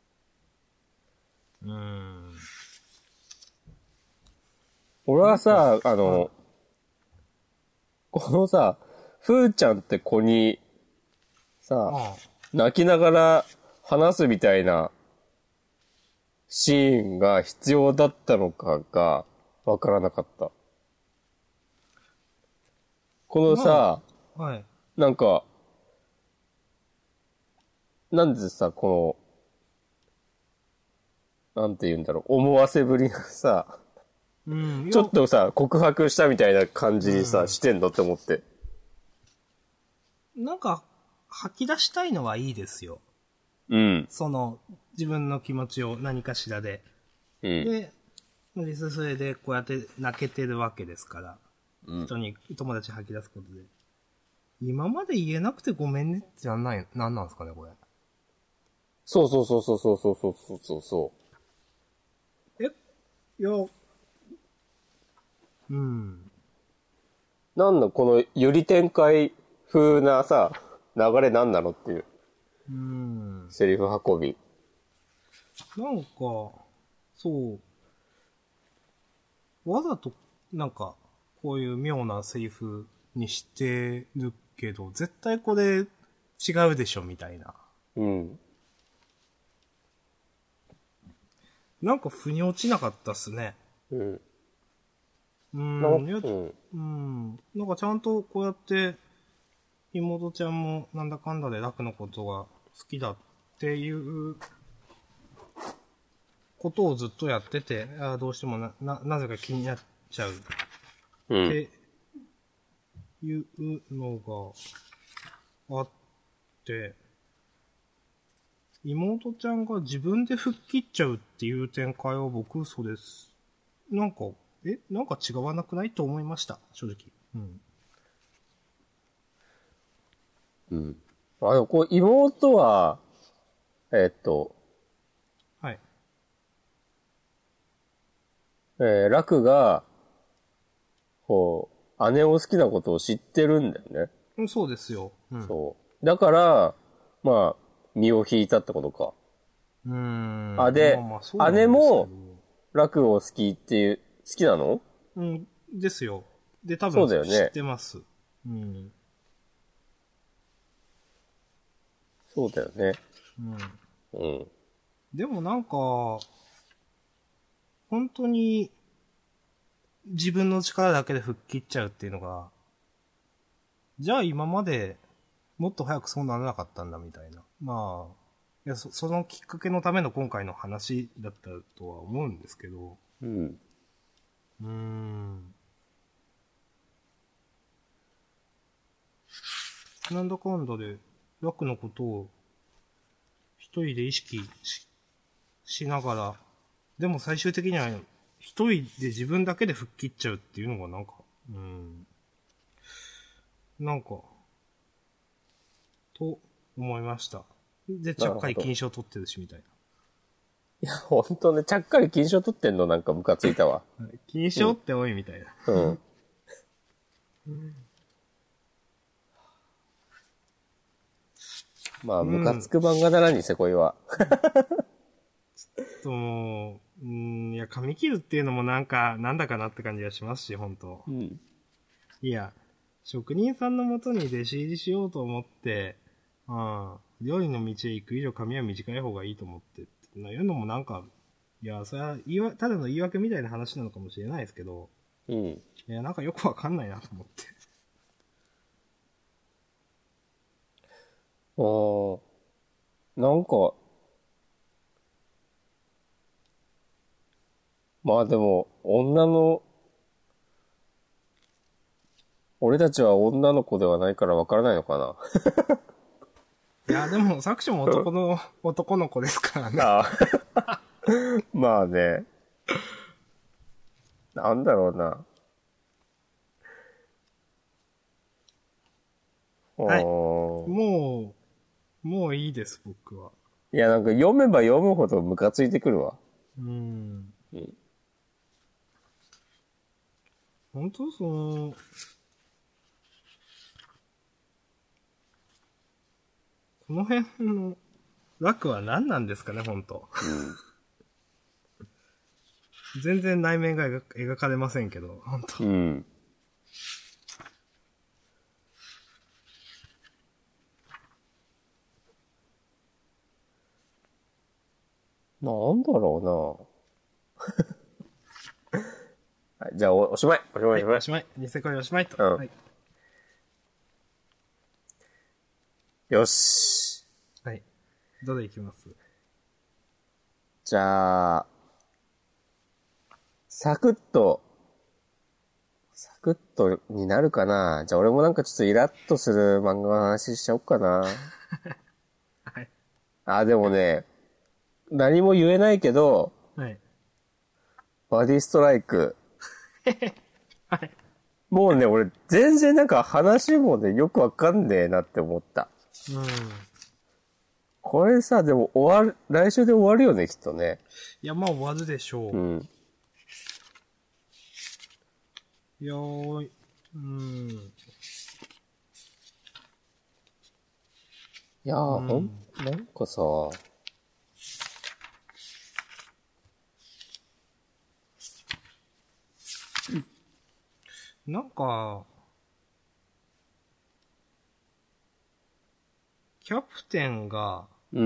うーん。 俺はさ、あの、このさ、ふーちゃんって子に、さ、 ああ泣きながら話すみたいなシーンが必要だったのかがわからなかった。このさ、 まあ、はい。 なんか、なんでさ、この、なんて言うんだろう、思わせぶりがさ、 うん、 ちょっとさ、告白したみたいな感じにさ、うん、してんのって思って。 なんか、吐き出したいのはいいですよ。 うん。 その、自分の気持ちを何かしらで。うん。で、実際それでこうやって泣けてるわけですから。うん。人に、友達吐き出すことで。今まで言えなくてごめんねってなんない、なんなんですかね、これ。 そうそうそうそうそうそうそうそうそう。 え、いや、うん。 なんだ、この、より展開風なさ、流れなんなのっていう。 うん。 セリフ運び。 なんか、そう。わざと、なんか、こういう妙なセリフにしてるけど、絶対これ違うでしょ、みたいな。 うん。 なんか腑に落ちなかったっすね。 うん。 うん、いや、うん。うん。なんかちゃんとこうやって、妹ちゃんもなんだかんだで楽のことが好きだっていうことをずっとやってて、あどうしてもな、な、なぜか気になっちゃう。うん。っていうのがあって、妹ちゃんが自分で吹っ切っちゃうっていう展開は僕、そうです。なんか、えなんか違わなくないと思いました、正直。うん。 うん。あ、でもこう、妹は、えー、っと、 はい。 えー、楽が、こう、姉を好きなことを知ってるんだよね。 うん、そうですよ。うん。 そう。だから、まあ、身を引いたってことか。 うーん。 あ、で、 まあまあそうなんですけど姉も、楽を好きっていう、好きなの？ うん、ですよ。で、多分知っそうだよね。 てます。うん。 そうだよね。 うん。 うん。 でもなんか、本当に自分の力だけで吹っ切っちゃうっていうのが、じゃあ今までもっと早くそうならなかったんだみたいな。まあ、いやそそのきっかけのための今回の話だったとは思うんですけど、 うん。 うーん。なんだかんだで、楽のことを一人で意識ししながら、でも最終的には一人で自分だけで吹っ切っちゃうっていうのがなんか、うん。なんか、と思いました。で、ちゃっかり金賞取ってるし、みたいいや、ほんとね、ちゃっかり金賞取ってんのなんかムカついたわ。 な。金賞って多いみたいな。 うん。まあ、ムカつく漫画だな、ニセ恋は。 ともう、うん、いや、髪切るっていうのもなんか、なんだかなって感じがしますし、本当うん。 いや、職人さんのもとに弟子入りしようと思って、うん、料理の道へ行く以上髪は短い方がいいと思ってっていうのもなんか、いや、それは言いわ、ただの言い訳みたいな話なのかもしれないですけど、 うん。 いや、なんかよくわかんないなと思って。 あー、なんか、まあでも、女の、俺たちは女の子ではないからわからないのかな。 いや、でも作者も男の、男の子ですからね。 ああ。まあね。なんだろうな。 はい。 おー、 もう、もういいです、僕は。 いや、なんか読めば読むほどムカついてくるわ。 うーん。 うん。 本当その、この辺の楽は何なんですかね、本当うん全然内面が描描かれませんけど、本当うん。なんだろうな。はい、じゃあお、おしまい。おしまい、 はい、 おしまい。 おしまい。ニセ恋おしまいと。 うんはい。 よし。 はい。どれいきます？ じゃあ、サクッと、サクッとになるかな。じゃあ俺もなんかちょっとイラッとする漫画の話しちゃおっかな。 はい。 あ、でもね、何も言えないけど、 はい。 バディストライク。 はい。 もうね、俺全然なんか話もね、よくわかんねえなって思った。 うん。 これさ、でも終わる、来週で終わるよね、きっとね。 いや、まあ終わるでしょう。 うん。 いやー、うん。 いやー、 うんほん、なんかさ、 なんか、キャプテンが、 うん。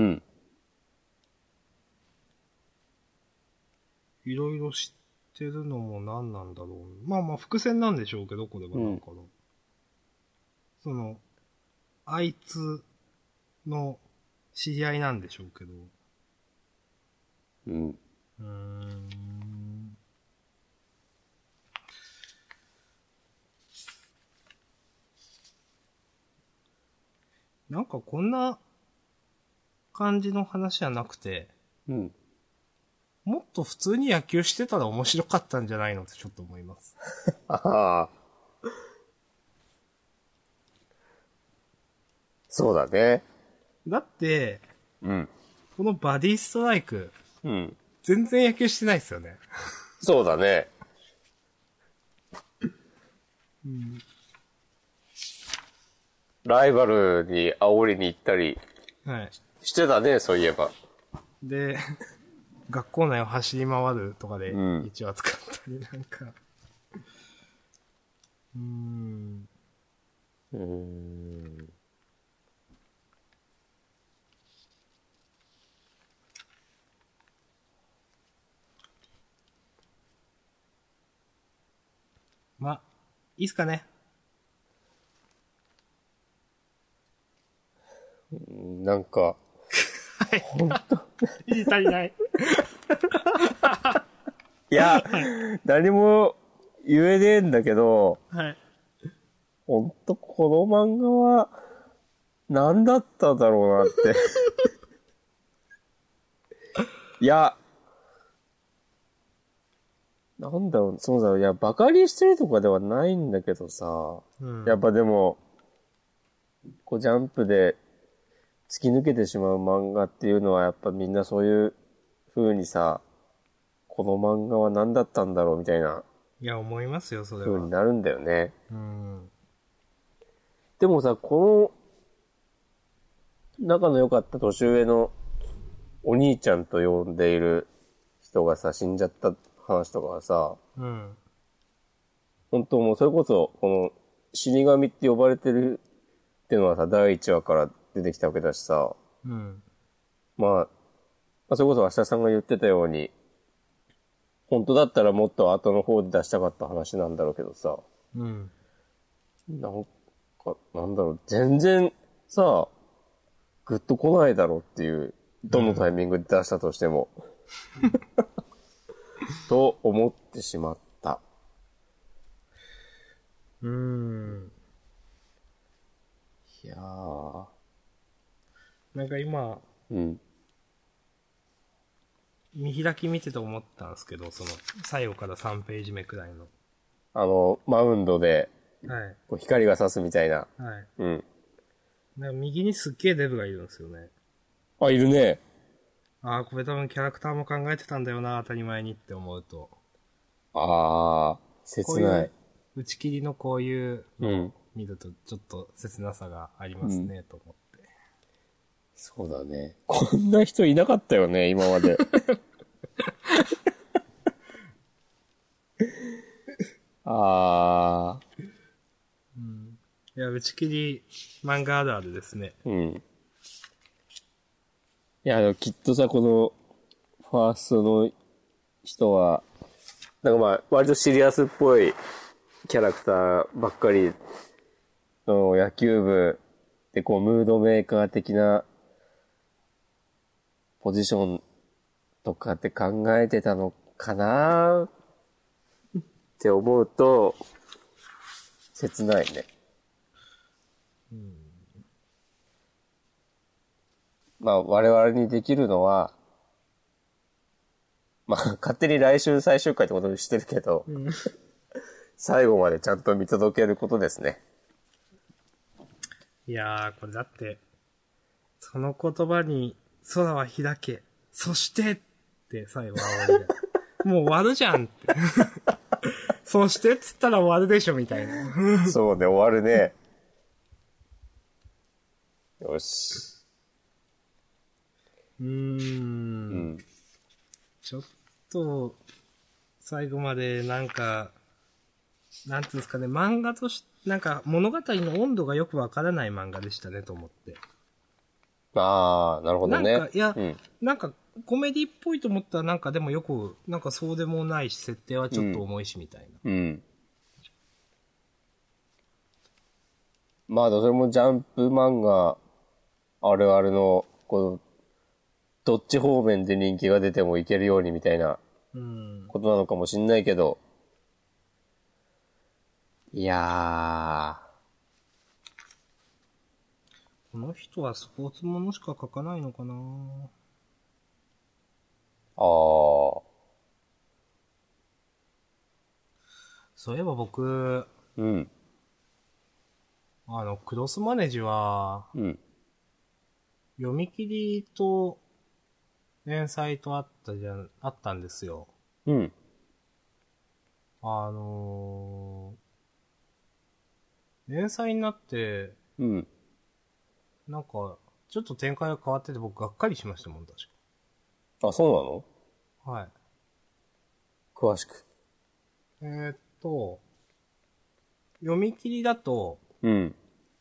いろいろ知ってるのも何なんだろう。まあまあ伏線なんでしょうけど、これはなんかの。その、あいつの知り合いなんでしょうけど。 うん。 うーん。なんかこんな感じの話じゃなくて、 うん。 もっと普通に野球してたら面白かったんじゃないのってちょっと思います。 ああ。そうだね。 だって、 うん。 このバディストライク、 うん。 全然野球してないですよね。 そうだね。 うん、 ライバルに煽りに行ったりはい。 してたね、そういえば。 で、学校内を走り回るとかでうん一話使ったりなんか。うーん。 うーん。 ま、いいっすかね。 なんか、 はい。ほんと。言い足りない。 いや、何も言えねえんだけど、 はい。 ほんとこの漫画は何だったんだろうなって。いや、なんだろう、そうだろう、いや、バカにしてるとかではないんだけどさ、 うん、 やっぱでも、こうジャンプで突き抜けてしまう漫画っていうのはやっぱみんなそういう風にさ、この漫画は何だったんだろうみたいないや、思いますよ、それは。 風になるんだよね。 うん。 でもさ、この仲の良かった年上のお兄ちゃんと呼んでいる人がさ、死んじゃった話とかはさ、 うん。 本当もうそれこそ、この死神って呼ばれてるっていうのはさ、だいいちわから出てきたわけだしさ、 うん。 まあ、まあ、それこそ明日さんが言ってたように、本当だったらもっと後の方で出したかった話なんだろうけどさ、 うん。 なんか、なんだろう、全然さ、グッと来ないだろうっていう、どのタイミングで出したとしても。と思ってしまった。 うーん。 いやー。 なんか今、 うん。 見開き見てて思ったんですけど、その、最後からさんページ目くらいの。 あの、マウンドで、 はい。 こう光が差すみたいな。 はい。 うん。 なんか右にすっげえデブがいるんですよね。 あ、いるね。 ああ、これ多分キャラクターも考えてたんだよな、当たり前にって思うと。 あー、 こうい切ない。 う、打ち切りのこういうのをうん。 見ると、ちょっと切なさがありますね、と思って。 そうだね。こんな人いなかったよね、今まで。あー。 うん。いや、打ち切り漫画あるあるですね。 うん。いや、でもきっとさ、この、ファーストの人は、なんかまあ、割とシリアスっぽいキャラクターばっかりの野球部で、こう、ムードメーカー的なポジションとかって考えてたのかなって思うと、切ないね。 うん。 まあ、我々にできるのは、まあ、勝手に来週最終回ってことにしてるけど、 うん、 最後までちゃんと見届けることですね。 いやー、これだって、その言葉に空は開け、そしてって最後は終わりで。もう終わるじゃんって。そしてっつったら終わるでしょみたいな。 そうね、終わるね。よし。 うーん。 うん。 ちょっと、最後までなんか、なんていうんですかね、漫画とし、なんか物語の温度がよくわからない漫画でしたねと思って。 ああ、なるほどね。 なんか、いや、 うん。 なんか、コメディっぽいと思ったらなんかでもよく、なんかそうでもないし、設定はちょっと重いしみたいな。 うん。まあ、それもジャンプ漫画あるあるの、こう、どっち方面で人気が出てもいけるようにみたいなうん。 ことなのかもしんないけど、いやこの人はスポーツものしか書かないのかな。 ー、ああ、 そういえば僕、 うん、 あの、クロスマネジは、 うん、 読み切りと連載とあったじゃん、あったんですよ。 うん。 あのー、連載になって、 うん。 なんか、ちょっと展開が変わってて僕がっかりしましたもん、確あ、そうか。はい。 なの？詳しく。 えー、っと、読み切りだと、 うん。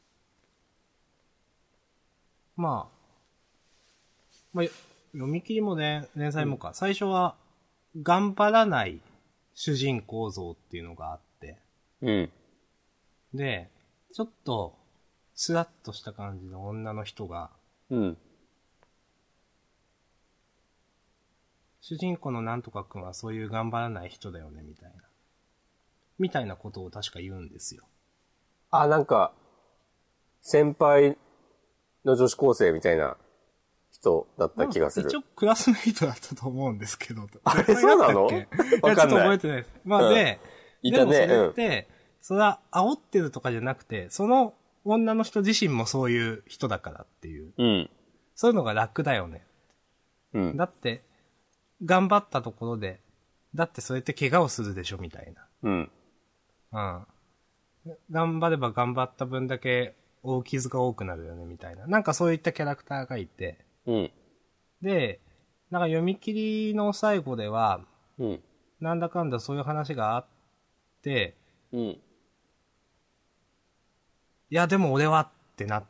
まあ、まあ、読み切りもね、連載もか。うん、最初は、頑張らない主人公像っていうのがあって。 うん。 で、ちょっと、スラッとした感じの女の人が、 うん。 主人公のなんとかくんはそういう頑張らない人だよね、みたいな。みたいなことを確か言うんですよ。 あ、なんか、先輩の女子高生みたいな人だった気がする。 一応クラスメイトだったと思うんですけど。 あれそうなの？わかんない。 いや、ちょっと覚えてないです。まあ、うん、で、 いたね。 でもそれって、うん、それは煽ってるとかじゃなくて、その女の人自身もそういう人だからっていう。 うん。 そういうのが楽だよね。 うん。 だって、頑張ったところで、だってそれって怪我をするでしょ、みたいな。 うん。 うん。頑張れば頑張った分だけ大傷が多くなるよね、みたいな。なんかそういったキャラクターがいて。 うん。 で、なんか読み切りの最後では、 うん。 なんだかんだそういう話があって、 うん。 いや、でも俺はってなって、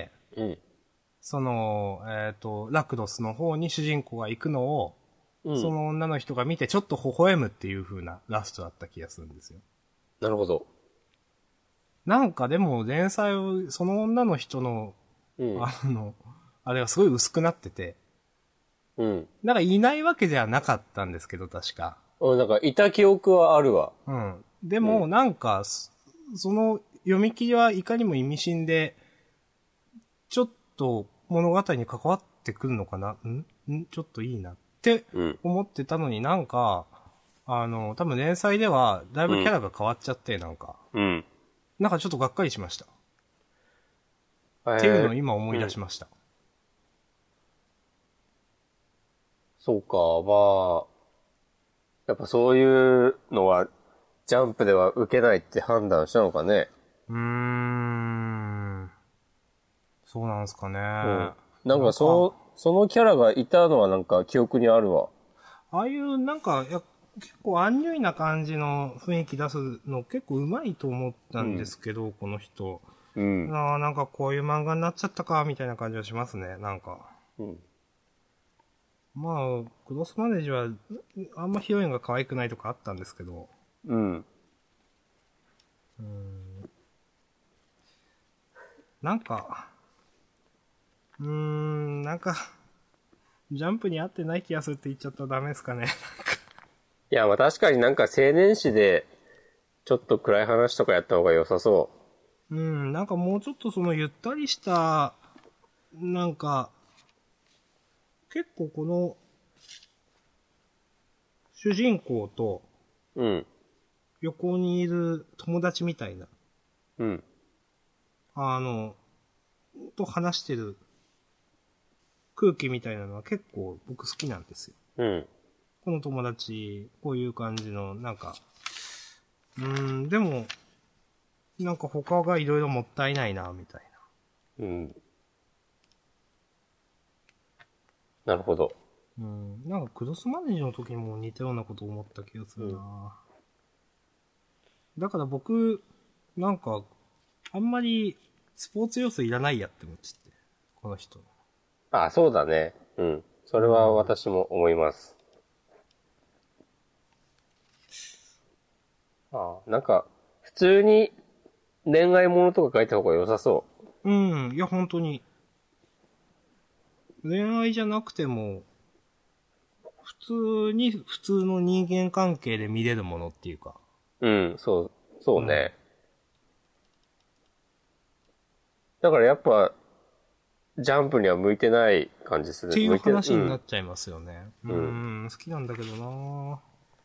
うん。 その、えっと、ラクロスの方に主人公が行くのを、うん、その女の人が見てちょっと微笑むっていう風なラストだった気がするんですよ。 なるほど。 なんかでも連載を、その女の人の、うん、あの、あれがすごい薄くなってて、 うん。 なんかいないわけじゃなかったんですけど、確か。 うん、なんかいた記憶はあるわ。 うん。でも、なんか、うん、その読み切りはいかにも意味深で、ちょっと物語に関わってくるのかな？んんちょっといいなって思ってたのになんか、あの、多分連載ではだいぶキャラが変わっちゃって、なんか。 うん。 なんかちょっとがっかりしました。 えー、 っていうのを今思い出しました。うん、 そうか、まあ、やっぱそういうのは、ジャンプでは受けないって判断したのかね。 うーん。そうなんですかね。うん。 なんかそ、そのキャラがいたのはなんか記憶にあるわ。 ああいうなんか、や結構アンニュイな感じの雰囲気出すの結構上手いと思ったんですけど、うん、この人。うん。ああ、なんかこういう漫画になっちゃったか、みたいな感じはしますね、なんか。うん。まあ、クロスマネージは、あんまヒロインが可愛くないとかあったんですけど。うん。うーん。なんか、うーん、なんか、ジャンプに合ってない気がするって言っちゃったらダメですかね。 いや、まあ確かになんか青年誌で、ちょっと暗い話とかやった方が良さそう。 うん、なんかもうちょっとそのゆったりした、なんか、結構この、主人公と、うん。横にいる友達みたいな。うん。あの、と話してる空気みたいなのは結構僕好きなんですよ。うん。この友達、こういう感じの、なんか、うーん、でも、なんか他がいろいろもったいないな、みたいな。うん。 なるほど。 うん。なんかクロスマネージの時にも似たようなこと思った気がするな、うん、だから僕、なんか、あんまりスポーツ要素いらないやって思っちゃって。この人。 あ、そうだね。うん。それは私も思います。うん、あなんか、普通に恋愛ものとか書いた方が良さそう。うん。いや、本当に。恋愛じゃなくても、普通に普通の人間関係で見れるものっていうか。 うん、そう、そうね。うん、だからやっぱ、ジャンプには向いてない感じする。 っていう話になっちゃいますよね。うん、うーん好きなんだけどな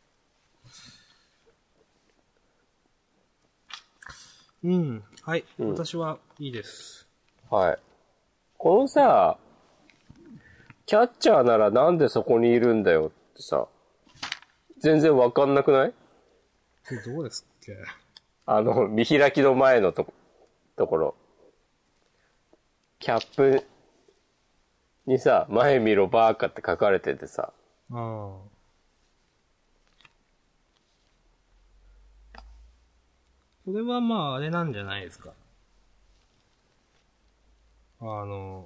うん。はい、うん。私はいいです。 はい。このさ、キャッチャーならなんでそこにいるんだよってさ、全然わかんなくない？ でどうですっけ？ あの、見開きの前のとこ、ところ。キャップにさ、前見ろバーカって書かれててさ。 ああ。それはまあ、あれなんじゃないですか。あの、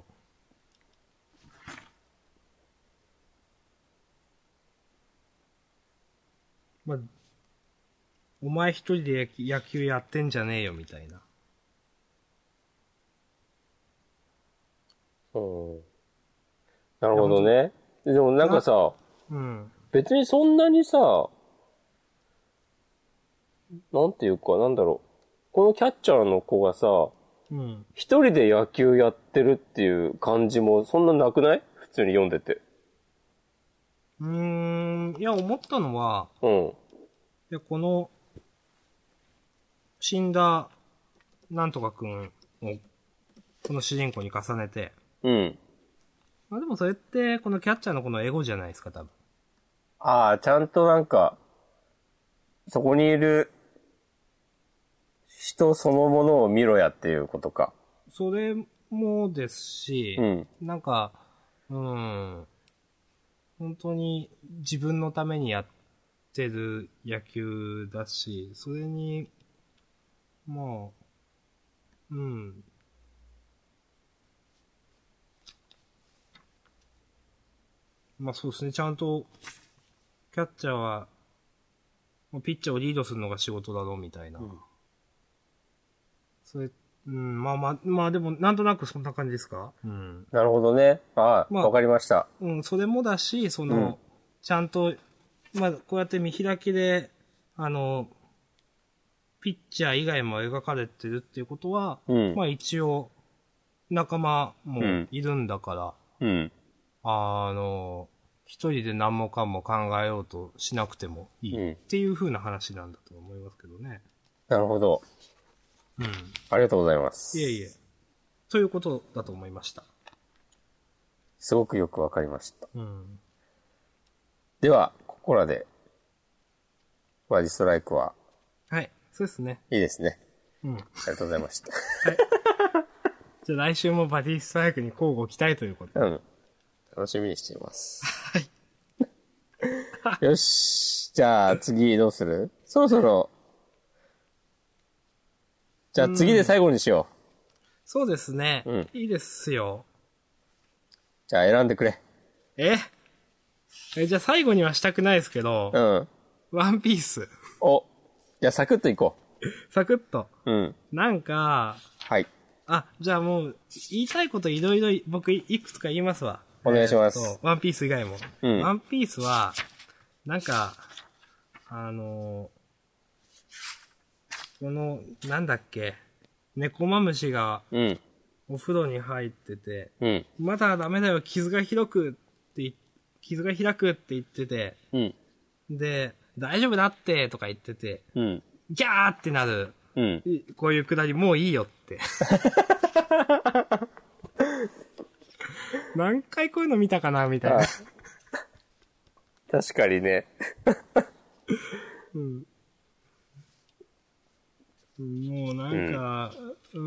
まあ、お前一人で野球やってんじゃねえよみたいな。 うん。なるほどね。でもなんかさ、 うん。 別にそんなにさ、なんていうか、なんだろう。このキャッチャーの子がさ、 うん。 一人で野球やってるっていう感じもそんななくない？普通に読んでて。 うーん、いや、思ったのは、 うん。 いや、この、死んだ、なんとかくんを、この主人公に重ねて、 うん。 まあでもそれって、このキャッチャーのこのエゴじゃないですか、多分。 ああ、ちゃんとなんか、そこにいる人そのものを見ろやっていうことか。 それもですし、 うん。 なんか、うん、本当に自分のためにやってる野球だし、それに、まあ、うん。まあそうですね、ちゃんと、キャッチャーは、ピッチャーをリードするのが仕事だろうみたいな。うん、それ、うん、まあまあ、まあでも、なんとなくそんな感じですか？うん。 なるほどね。ああ、わ、まあ、かりました。 うん、それもだし、その、うん、ちゃんと、まあ、こうやって見開きで、あの、ピッチャー以外も描かれてるっていうことは、うん、まあ一応、仲間もいるんだから、うん、あの、一人で何もかも考えようとしなくてもいいっていう風な話なんだと思いますけどね。 なるほど。うん。ありがとうございます。 いえいえ。そういうことだと思いました。 すごくよくわかりました。うん。では、ここらで、ワジストライクは、 はい、そうですね。 いいですね。 うん。 ありがとうございました。はい。 じゃあ来週もバディストライクに交互期待ということで。 うん。楽しみにしています。はい。よし。じゃあ次どうする？そろそろ、じゃあ次で最後にしよう。 そうですね。うん。いいですよ。 じゃあ選んでくれ。 ええ、じゃあ最後にはしたくないですけど。うん。ワンピース。 お。じゃあサクッといこう。サクッと。うん。なんか。 はい。 あ、じゃあもう、言いたいこといろいろ僕いくつか言いますわ。 お願いします。 ワンピース以外も。うん。ワンピースは、なんか、あのー、この、なんだっけ、猫マムシが、うん。お風呂に入ってて、うん。まだダメだよ、傷が広くって、傷が開くって言ってて、うん。で、大丈夫だって、とか言ってて、うん。ギャーってなる、うん。こういうくだりもういいよって。何回こういうの見たかなみたいな。 確かにね。 うん。もうなんか、うん、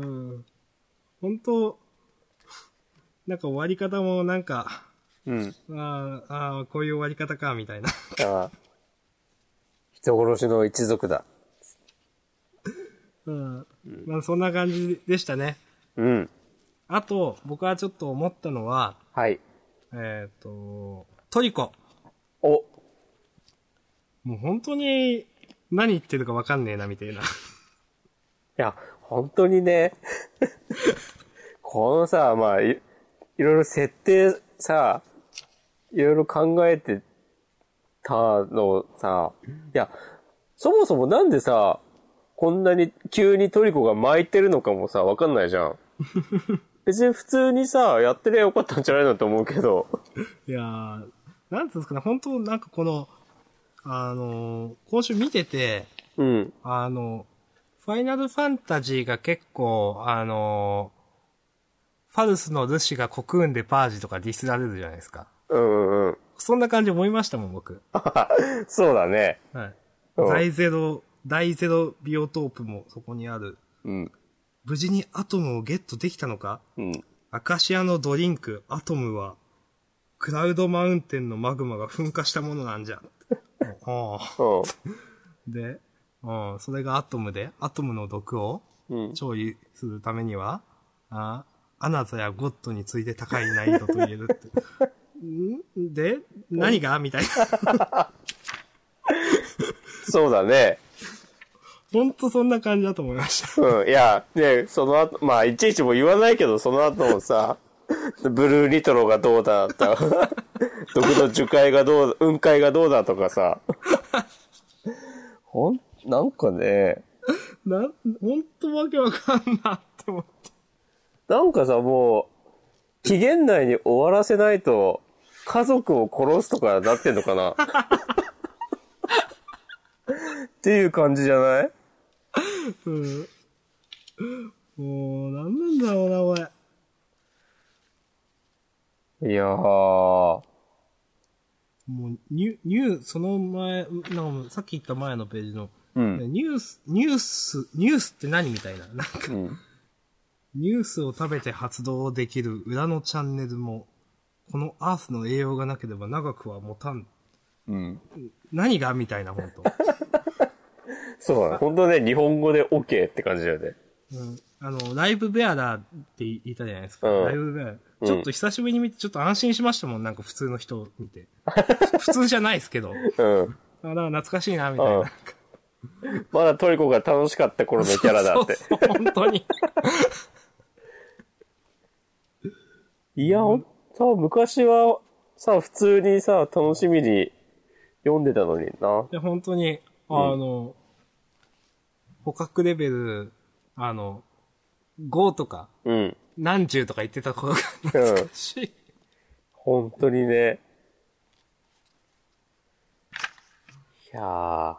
うーん。本当なんか終わり方もなんか、うん。ああ、こういう終わり方か、みたいな。ああ。 人殺しの一族だ。 うん。まあそんな感じでしたね。うん。あと、僕はちょっと思ったのは、はい。えっと、トリコ。お。もう本当に何言ってるかわかんねえな、みたいな。いや、本当にね。このさ、まあい、いろいろ設定さ、いろいろ考えてたのさ、いや、そもそもなんでさ、こんなに急にトリコが巻いてるのかもさ、わかんないじゃん。別に普通にさ、やってりゃよかったんじゃないのと思うけど。 いやー、なんつうんですかね、本当なんかこの、あのー、今週見てて、うん。あの、ファイナルファンタジーが結構、あのー、ファルスのルシがコクーンでパージとかディスられるじゃないですか。うんうんうん。そんな感じ思いましたもん、僕。 そうだね。はい。 大ゼロ、大ゼロビオトープもそこにある。 うん。 無事にアトムをゲットできたのか？ うん。 アカシアのドリンク、アトムは、クラウドマウンテンのマグマが噴火したものなんじゃ。ああ。で、うん、それがアトムで、アトムの毒を調理するためには、うん、あアナザやゴッドに次いで高い難易度と言えるって。んで、何がみたいな。 そうだね。 ほんとそんな感じだと思いました。 うん、いや、ね、その後、まあ、いちいちも言わないけど、その後もさ、ブルーニトロがどうだとか、毒の樹海がどうだ、雲海がどうだとかさ。ほん、なんかね。 な、ほんとわけわかんなって思って。 なんかさ、もう、期限内に終わらせないと、家族を殺すとかなってんのかなっていう感じじゃない？ うん。もう、なんなんだろうな、これ。いやー。もう、ニュ、ニュー、その前、なんかさっき言った前のページの、 うん、 ニュース、ニュース、ニュースって何みたいな。なんか、うん、ニュースを食べて発動できる裏のチャンネルも、このアースの栄養がなければ長くは持たん。 うん、 何がみたいな、ほんと。 そうだね。ほんとね、日本語で OK って感じだよね。 うん。あの、ライブベアだって言ったじゃないですか。うん、ライブベア。ちょっと久しぶりに見て、ちょっと安心しましたもん、なんか普通の人を見て。普通じゃないですけど。うん。あ、なんか懐かしいな、みたいな。うん、 まだトリコが楽しかった頃のキャラだって。 そうそうそう本当に。 いや、さ、昔はさ、普通にさ、楽しみに読んでたのにな。 いや、本当に、あの、うん、捕獲レベル、あの、ごとか、うん、何十とか言ってた頃が懐かしい、うん。 本当にね。いやー。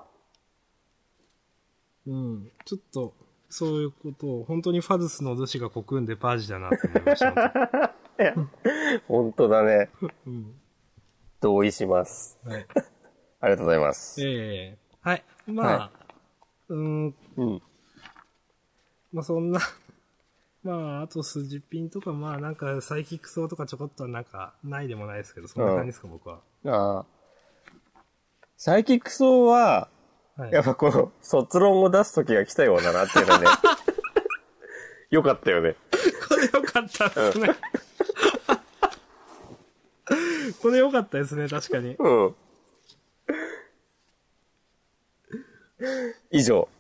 うん。ちょっと、そういうことを、本当にファズスの女子が国んでパージだなって思いました。 いや、本当だね。うん、同意します。はい。ありがとうございます。 ええー、はい。まあ、はい、うーん。うん。まあそんな、まああと筋ピンとか、まあなんかサイキックソーとかちょこっとなんかないでもないですけど、そんな感じですか、うん、僕は。 ああ。サイキックソーは、はい、やっぱこの卒論を出す時が来たようだなっていうのはね。よかったよね。 これよかったですね。これよかったですね、確かに。うん。 以上。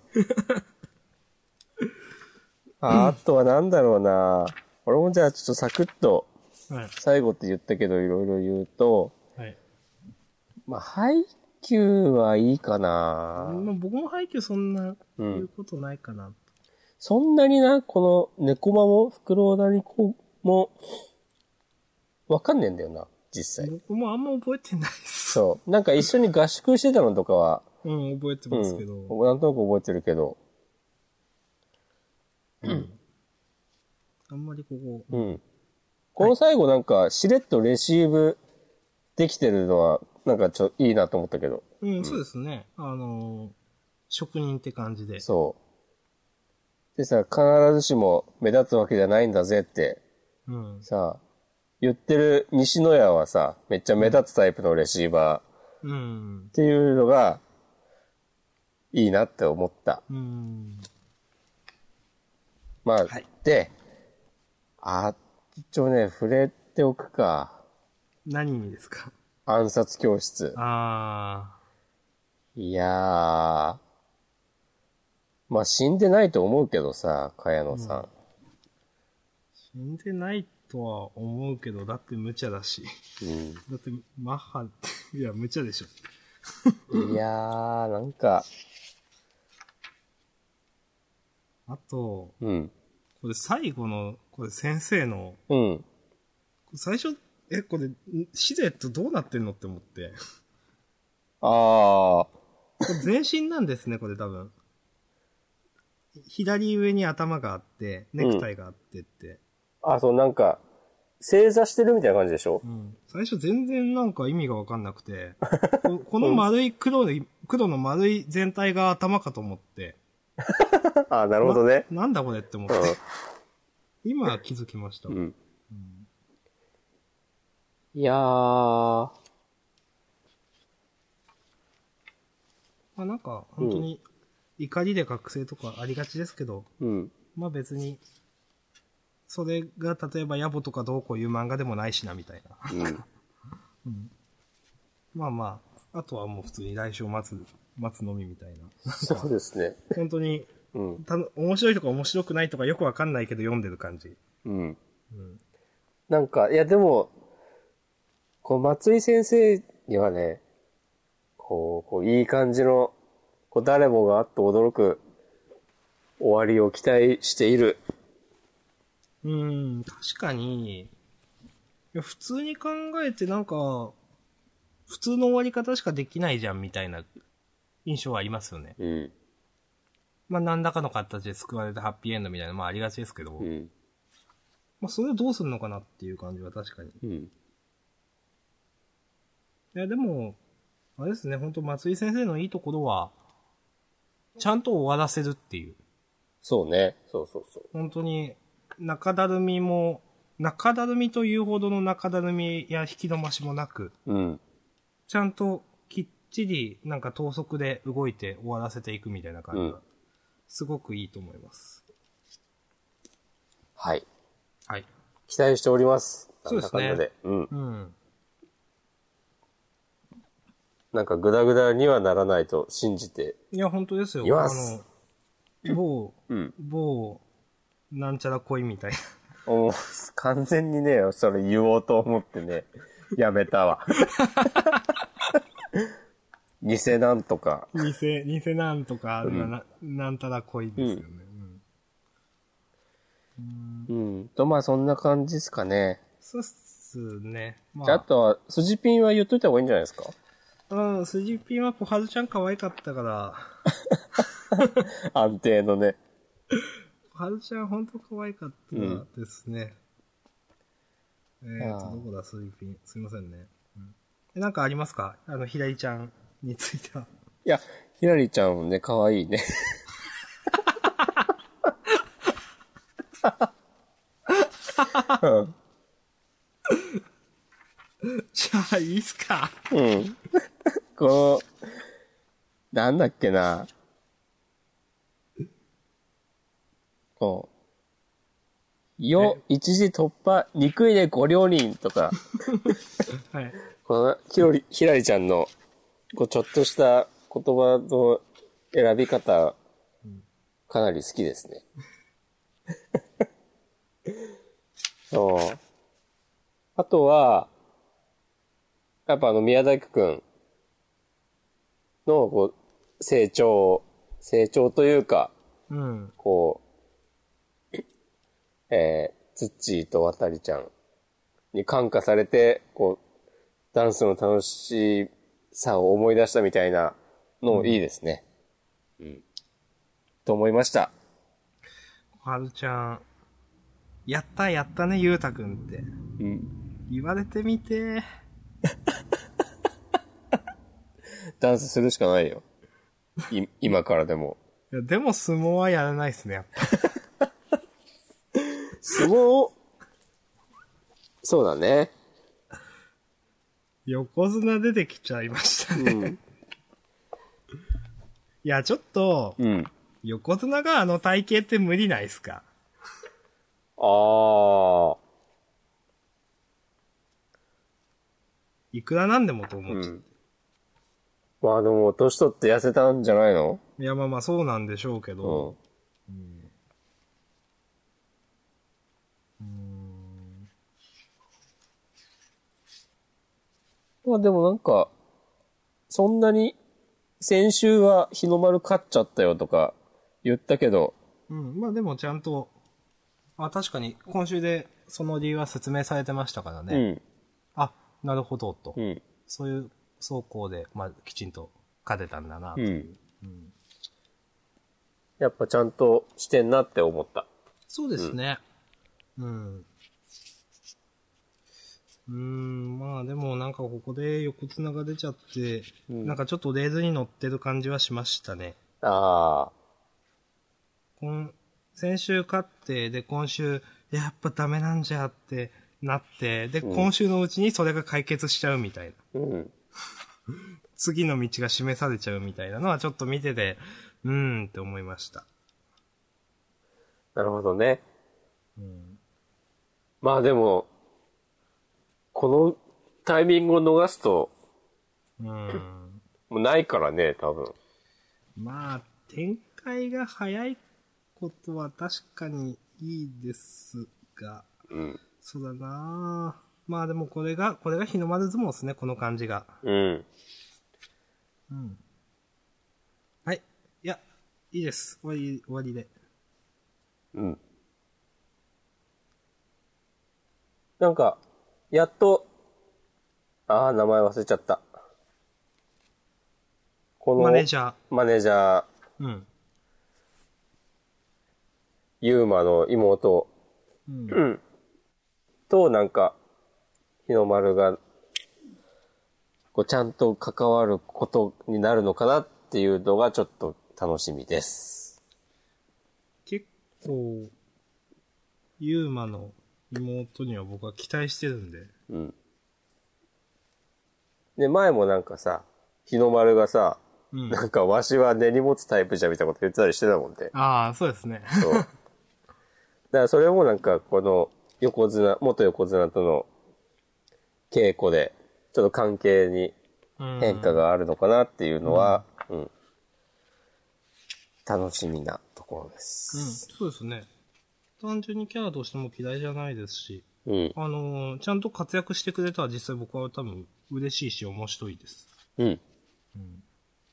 あ, あとはなんだろうな。俺もじゃあちょっとサクッと、最後って言ったけどいろいろ言うと、はい、まあ、配給はいいかな。 まあ、僕も配給そんな言うことないかな、うん。 そんなにな、この猫間もフクロウダニコも、わかんねえんだよな、実際。 僕もあんま覚えてないっす。 そう。なんか一緒に合宿してたのとかは、 うん、覚えてますけど、 うん。なんとなく覚えてるけど。 うん。あんまりここ。 うん。この最後なんか、しれっとレシーブできてるのは、なんかちょ、いいなと思ったけど。 うん、うん、そうですね。あのー、職人って感じで。 そう。でさ、必ずしも目立つわけじゃないんだぜって。うん。さ、言ってる西野屋はさ、めっちゃ目立つタイプのレシーバー。うん。っていうのが、いいなって思った。うん。まあ、はい、で、あ、一応ね、触れておくか。 何にですか？ 暗殺教室。ああ。いやー。まあ死んでないと思うけどさ、茅野さん。うん、 死んでないとは思うけど、だって無茶だし。うん、だって、マッハって、いや、無茶でしょ。 いやー、なんか。 あと、うん。これ最後の、これ先生の、うん。最初、え、これ、シルエットどうなってんのって思って。あー。これ全身なんですね、これ多分。左上に頭があって、ネクタイがあってって。 うん、あ、そう、なんか、正座してるみたいな感じでしょ？ うん。最初全然なんか意味がわかんなくて、こ, この丸い黒い、 黒の丸い全体が頭かと思って。 ああ、なるほどね。 な、なんだこれって思って。うん、今気づきました。うんうん、 いやー。まあなんか、本当に、怒りで覚醒とかありがちですけど、 うん、まあ別に、それが例えば野暮とかどうこういう漫画でもないしな、みたいな。うんうん、まあまあ、あとはもう普通に来週を待つ、待つのみみたいな。 そうですね。 本当に、うん、た面白いとか面白くないとかよくわかんないけど読んでる感じ。 うん。うん、なんか、いやでも、こう松井先生にはね、こう、こういい感じの、こう誰もがあっと驚く終わりを期待している。 うん、確かに、いや普通に考えてなんか、普通の終わり方しかできないじゃんみたいな印象はありますよね。うん。まあ何らかの形で救われたハッピーエンドみたいな、まあありがちですけど、うん、まあそれをどうするのかなっていう感じは確かに。うん。いやでも、あれですね、本当松井先生のいいところは、ちゃんと終わらせるっていう。 そうね。そうそうそう。 本当に、中だるみも、中だるみというほどの中だるみや引き伸ばしもなく、うん。ちゃんときっちりなんか等速で動いて終わらせていくみたいな感じが、うん、すごくいいと思います。 はい。 はい。 期待しております。 そうですね。 なんだかんだで。うん。うん。なんかグダグダにはならないと信じて。 いや、本当ですよ。 います。 あの、某、うん、某、なんちゃら恋みたいな。 お完全にね、それ言おうと思ってね、やめたわ。偽なんとか。 偽、偽なんとか、うん、な、なんたら恋ですよね。 うん。うん。うん、と、まあそんな感じですかね。 そうっすね。 まあ、じゃあ、あとは、スジピンは言っといた方がいいんじゃないですか？ うん、スジピンは小春ちゃん可愛かったから。 安定のね。 小春ちゃんほんと可愛かったですね。うん、えーと、どこだ、スジピン。すいませんね。うん、なんかありますか？あの、ひらりちゃんについては。 いや、ひらりちゃんもね、可愛いね。 うん、じゃあ、いいっすか？ うん。この、なんだっけな。こう。よ、一時突破、憎いねご両人とか。はい。この、ひろり、ひらりちゃんの、こう、ちょっとした言葉の選び方、かなり好きですね。そう。あとは、やっぱあの、宮崎くんの、こう、成長、成長というか、うん、こう、えー、ツッチーと渡りちゃんに感化されて、こう、ダンスの楽しさを思い出したみたいなのいいですね。うん。うん、と思いました。 はるちゃん、やったやったね、ゆうたくんって。うん。言われてみて。 ダンスするしかないよ。い、今からでも。 いや、でも相撲はやらないっすね、やっぱ。 相撲、そうだね。 横綱出てきちゃいましたね。うん、いや、ちょっと、うん、横綱があの体型って無理ないっすか？ああ。いくらなんでもと思っちゃって。うん、 まあでも、年取って痩せたんじゃないの？ いや、まあまあそうなんでしょうけど。うん。 うん、まあでもなんか、そんなに、先週は日の丸勝っちゃったよとか言ったけど。 うん、まあでもちゃんと、あ、確かに今週でその理由は説明されてましたからね。うん。あ、なるほどと。うん。そういう走行で、まあきちんと勝てたんだなという、うんうん。 やっぱちゃんとしてんなって思った。 そうですね。うん。うん、 うーん、まあでもなんかここで横綱が出ちゃって、 うん、 なんかちょっとレールに乗ってる感じはしましたね。 ああ。 今、先週勝って、で今週、やっぱダメなんじゃってなって、で、 うん、 今週のうちにそれが解決しちゃうみたいな。 うん。 次の道が示されちゃうみたいなのはちょっと見てて、うーんって思いました。 なるほどね。 うん、 まあでも、このタイミングを逃すと、 うーん。 もうないからね、多分。 まあ、展開が早いことは確かにいいですが、 うん。 そうだなぁ。まあでもこれが、これが日の丸相撲ですね、この感じが。 うん。 うん。はい。いや、いいです。終わり、終わりで。 うん。なんか、やっと、ああ、名前忘れちゃった。この、 マネージャー。 マネージャー、 うん。 ユーマの妹、 うん。 うん、と、なんか、日の丸が、こう、ちゃんと関わることになるのかなっていうのがちょっと楽しみです。 結構、ユーマの妹には僕は期待してるんで。 うん。で、前もなんかさ、日の丸がさ、うん、なんかわしは根に持つタイプじゃみたいなこと言ってたりしてたもんね。 ああ、そうですね。 そう。だからそれもなんかこの横綱、元横綱との稽古で、ちょっと関係に変化があるのかなっていうのは、うん、うん、楽しみなところです。 うん、そうですね。単純にキャラとしても嫌いじゃないですし、 うん、 あのー、ちゃんと活躍してくれたら実際僕は多分嬉しいし面白いです。 うん。うん、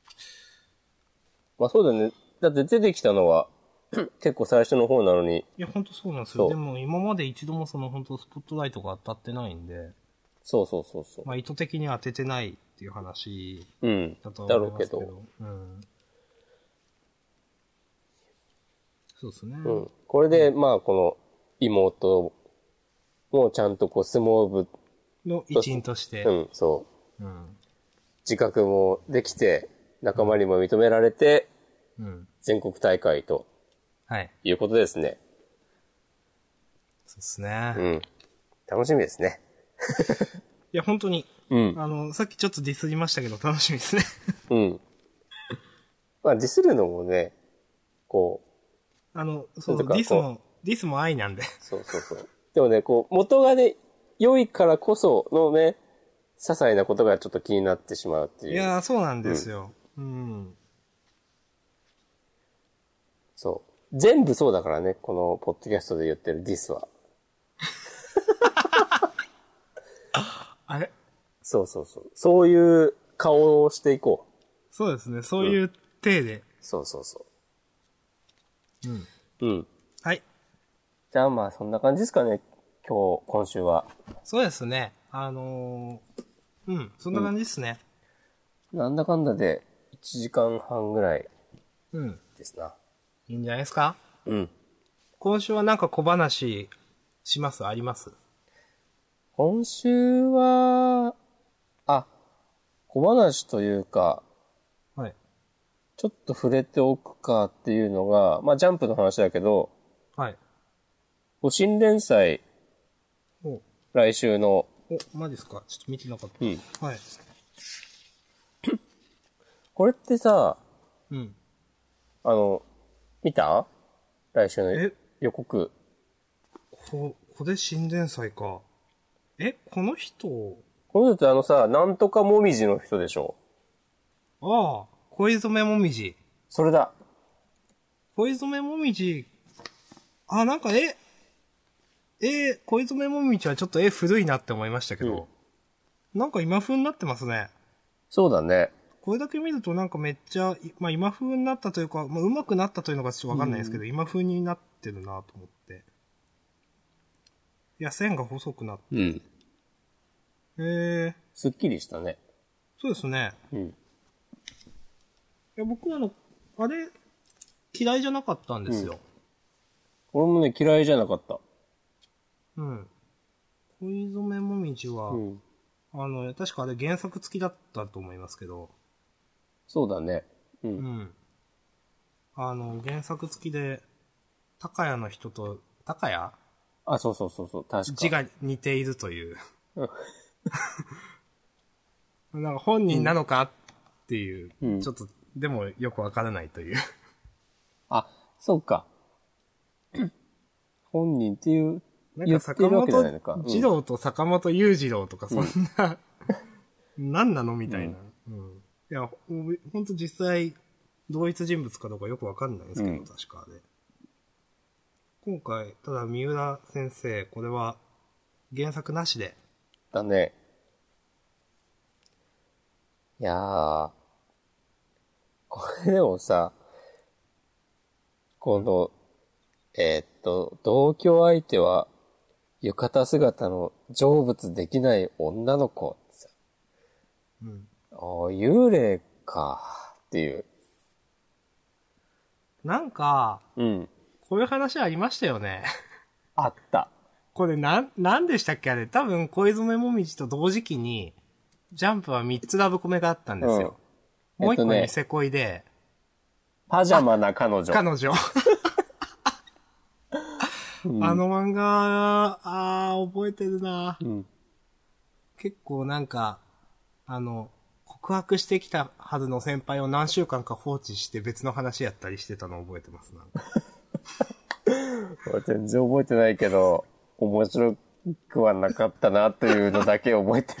まあそうだね。だって出てきたのは結構最初の方なのに。 いや、ほんとそうなんですよ。でも今まで一度もその本当スポットライトが当たってないんで。 そうそうそうそう。 まあ意図的に当ててないっていう話だとは思いますけど。 だろうけど。うん。そうですね。 うん。これで、まあこの妹もちゃんとこう相撲部の一員として。 うん、そう。 うん。 自覚もできて、仲間にも認められて、うん。全国大会と。はい。いうことですね。 そうですね。 うん。楽しみですね。 いや、本当に。 うん。 あの、さっきちょっとディスりましたけど、楽しみですね。 うん。まあ、ディスるのもね、こう。あの、そう、ディスも、ディスも愛なんで。 そうそうそう。でもね、こう、元がね、良いからこそのね、些細なことがちょっと気になってしまうっていう。 いやー、そうなんですよ。うん。うん、 そう。全部そうだからね、このポッドキャストで言ってるディスは。 あれそうそうそう。そういう顔をしていこう。 そうですね。そういう体で、うん。 そうそうそう。うん。うん。 はい。 じゃあまあそんな感じですかね。今日、今週は。 そうですね。あのー、うん、そんな感じですね、 うん。なんだかんだでいちじかんはんぐらい。うん。ですな。 いいんじゃないですか？ うん。 今週はなんか小話します？あります？ 今週は、あ、小話というか、はい。ちょっと触れておくかっていうのが、まあジャンプの話だけど、はい。新連載、お来週の、 お、マジですか？ちょっと見てなかった。うん。はい。 これってさ、うん。あの、見た？来週の予告。 こ、これ新連載か。え、この人この人ってあのさ、なんとかもみじの人でしょ？ ああ、恋染もみじ。 それだ。 恋染もみじ。あ、なんかえ、え、恋染もみじはちょっと絵古いなって思いましたけど、うん、なんか今風になってますね。 そうだね。 これだけ見るとなんかめっちゃ、まあ今風になったというか、まあ上手くなったというのがちょっとわかんないですけど、うん、今風になってるなと思って。いや、線が細くなって。うん。へえ。 すっきりしたね。 そうですね。うん。いや、僕はあの、あれ、嫌いじゃなかったんですよ。 うん、俺もね、嫌いじゃなかった。 うん。 恋染めもみじは、 うん。 あの、確かあれ原作付きだったと思いますけど、 そうだね。う。 うんん。あの、原作付きで、高谷の人と、高谷あ、そうそうそうそう、確か。 字が似ているという。 うんなんか本人なのかっていう、 うんちょっと、でもよくわからないという。 あ、そうか。本人っていう、 なん言ってか坂るわけじゃない本のか。うん二郎と坂本雄二郎とかそんな、何なのみたいな。うん。いや、ほほんと実際、同一人物かどうかよくわかんないんですけど、 うん確かで。今回、ただ三浦先生、これは原作なしで。 だね。いやー、これでもさ、この、えーっと、同居相手は、浴衣姿の成仏できない女の子ってさ、 うん。 ああ、幽霊か、っていう。 なんか、 うん。 こういう話ありましたよね。 あった。 これなん、なんでしたっけあれ。多分、恋染めもみじと同時期に、ジャンプはみっつラブコメがあったんですよ。 うんもう一個えっとねニセ恋で、 パジャマな彼女。 彼女。 うんあの漫画、あー、覚えてるな。 うん。 結構なんか、あの、告白してきたはずの先輩を何週間か放置して別の話やったりしてたのを覚えてます。なんか俺全然覚えてないけど、面白くはなかったなというのだけ覚えて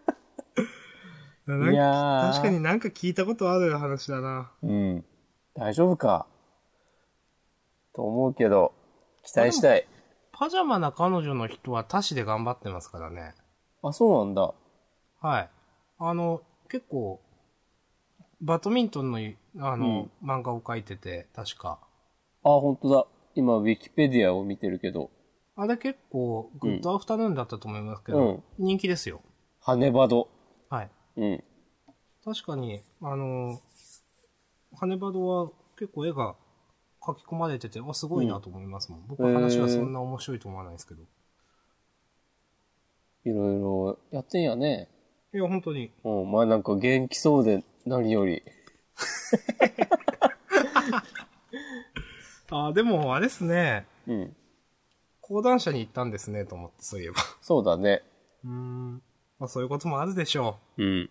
なんかいやー確かになんか聞いたことある話だな。 る。うん。大丈夫かと思うけど、期待したい。 パジャマな彼女の人は他誌で頑張ってますからね。 あ、そうなんだ。 はい。あの、結構、バドミントンの、あの、漫画を描いてて、確か。 あ、本当だ。今、ウィキペディアを見てるけど。 あれ結構、グッドアフタヌーンだったと思いますけど、 うん人気ですよ。 ハネバド。 はい。 うん。 確かに、あの、ハネバドは結構絵が書き込まれてて、あ、すごいなと思いますもん。僕は話はそんな面白いと思わないですけど。 いろいろやってんやね。 いや、本当に。 うん。まあなんか元気そうで何より。 あ、でも、あれですね。 うん。 講談社に行ったんですね、と思って、そういえば。 そうだね。 うーん。まあ、そういうこともあるでしょうん。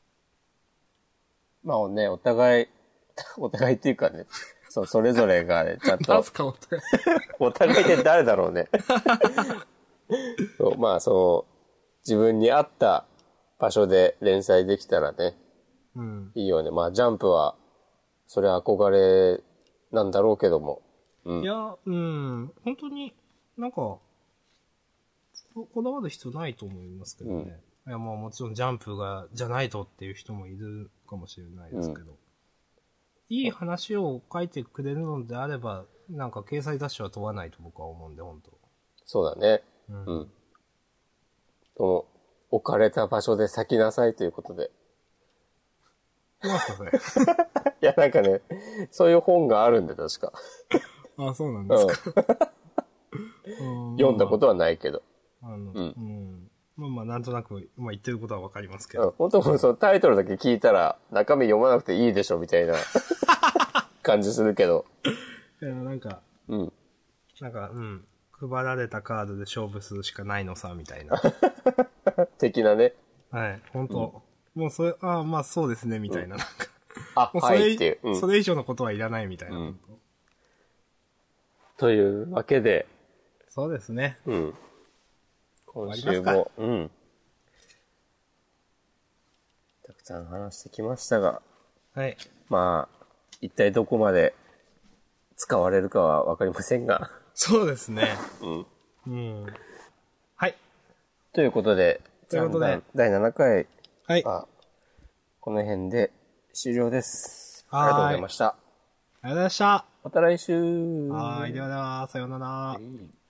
まあね、お互い、お互いっていうかね、そう、それぞれがね、ちゃんう。 となん、すか、お互い。 お互いって誰だろうね。そうまあそう、自分に合った場所で連載できたらね、 うん。 いいよね。まあジャンプは、それ憧れなんだろうけども。うん。 いや、うん。本当になんか、ここだわる必要ないと思いますけどね。いや、まあもちろんジャンプが、じゃないとっていう人もいるかもしれないですけど。いい話を書いてくれるのであれば、なんか掲載雑誌は問わないと僕は思うんで、本当。 そうだね。 うんうん。その、置かれた場所で咲きなさいということで。 なんすか、それ。 いや、なんかね、そういう本があるんで、確か。 あ、そうなんうん。 ですか。 読んだことはないけど。 あの、 うんうん。まあまあ、なんとなく、まあ言ってることはわかりますけうんど。。 本当もうそのタイトルだけ聞いたら、中身読まなくていいでしょ、みたいな感じするけど。 いや、なんか、 うん。 なんか、うん。配られたカードで勝負するしかないのさ、みたいな。 的なね。 はい、本当、もうそれ、ああ、まあそうですね、みたいな。なんか、 あ、 もうそれ、 はいっていう。うんそれ以上のことはいらないみたいな。 うんというわけで、 そうですね。 うん。今週終わりますも、うん。たくさん話してきましたが、 はい。 まあ、一体どこまで使われるかはわかりませんが。 そうですね。 うん。 うん。はい。 ということで、 ということでじゃあだいななかいはい。 は、この辺で終了です。 はーいありがとうございました。 ありがとうございました。 また来週。 はーい。ではでは、さようなら。 はい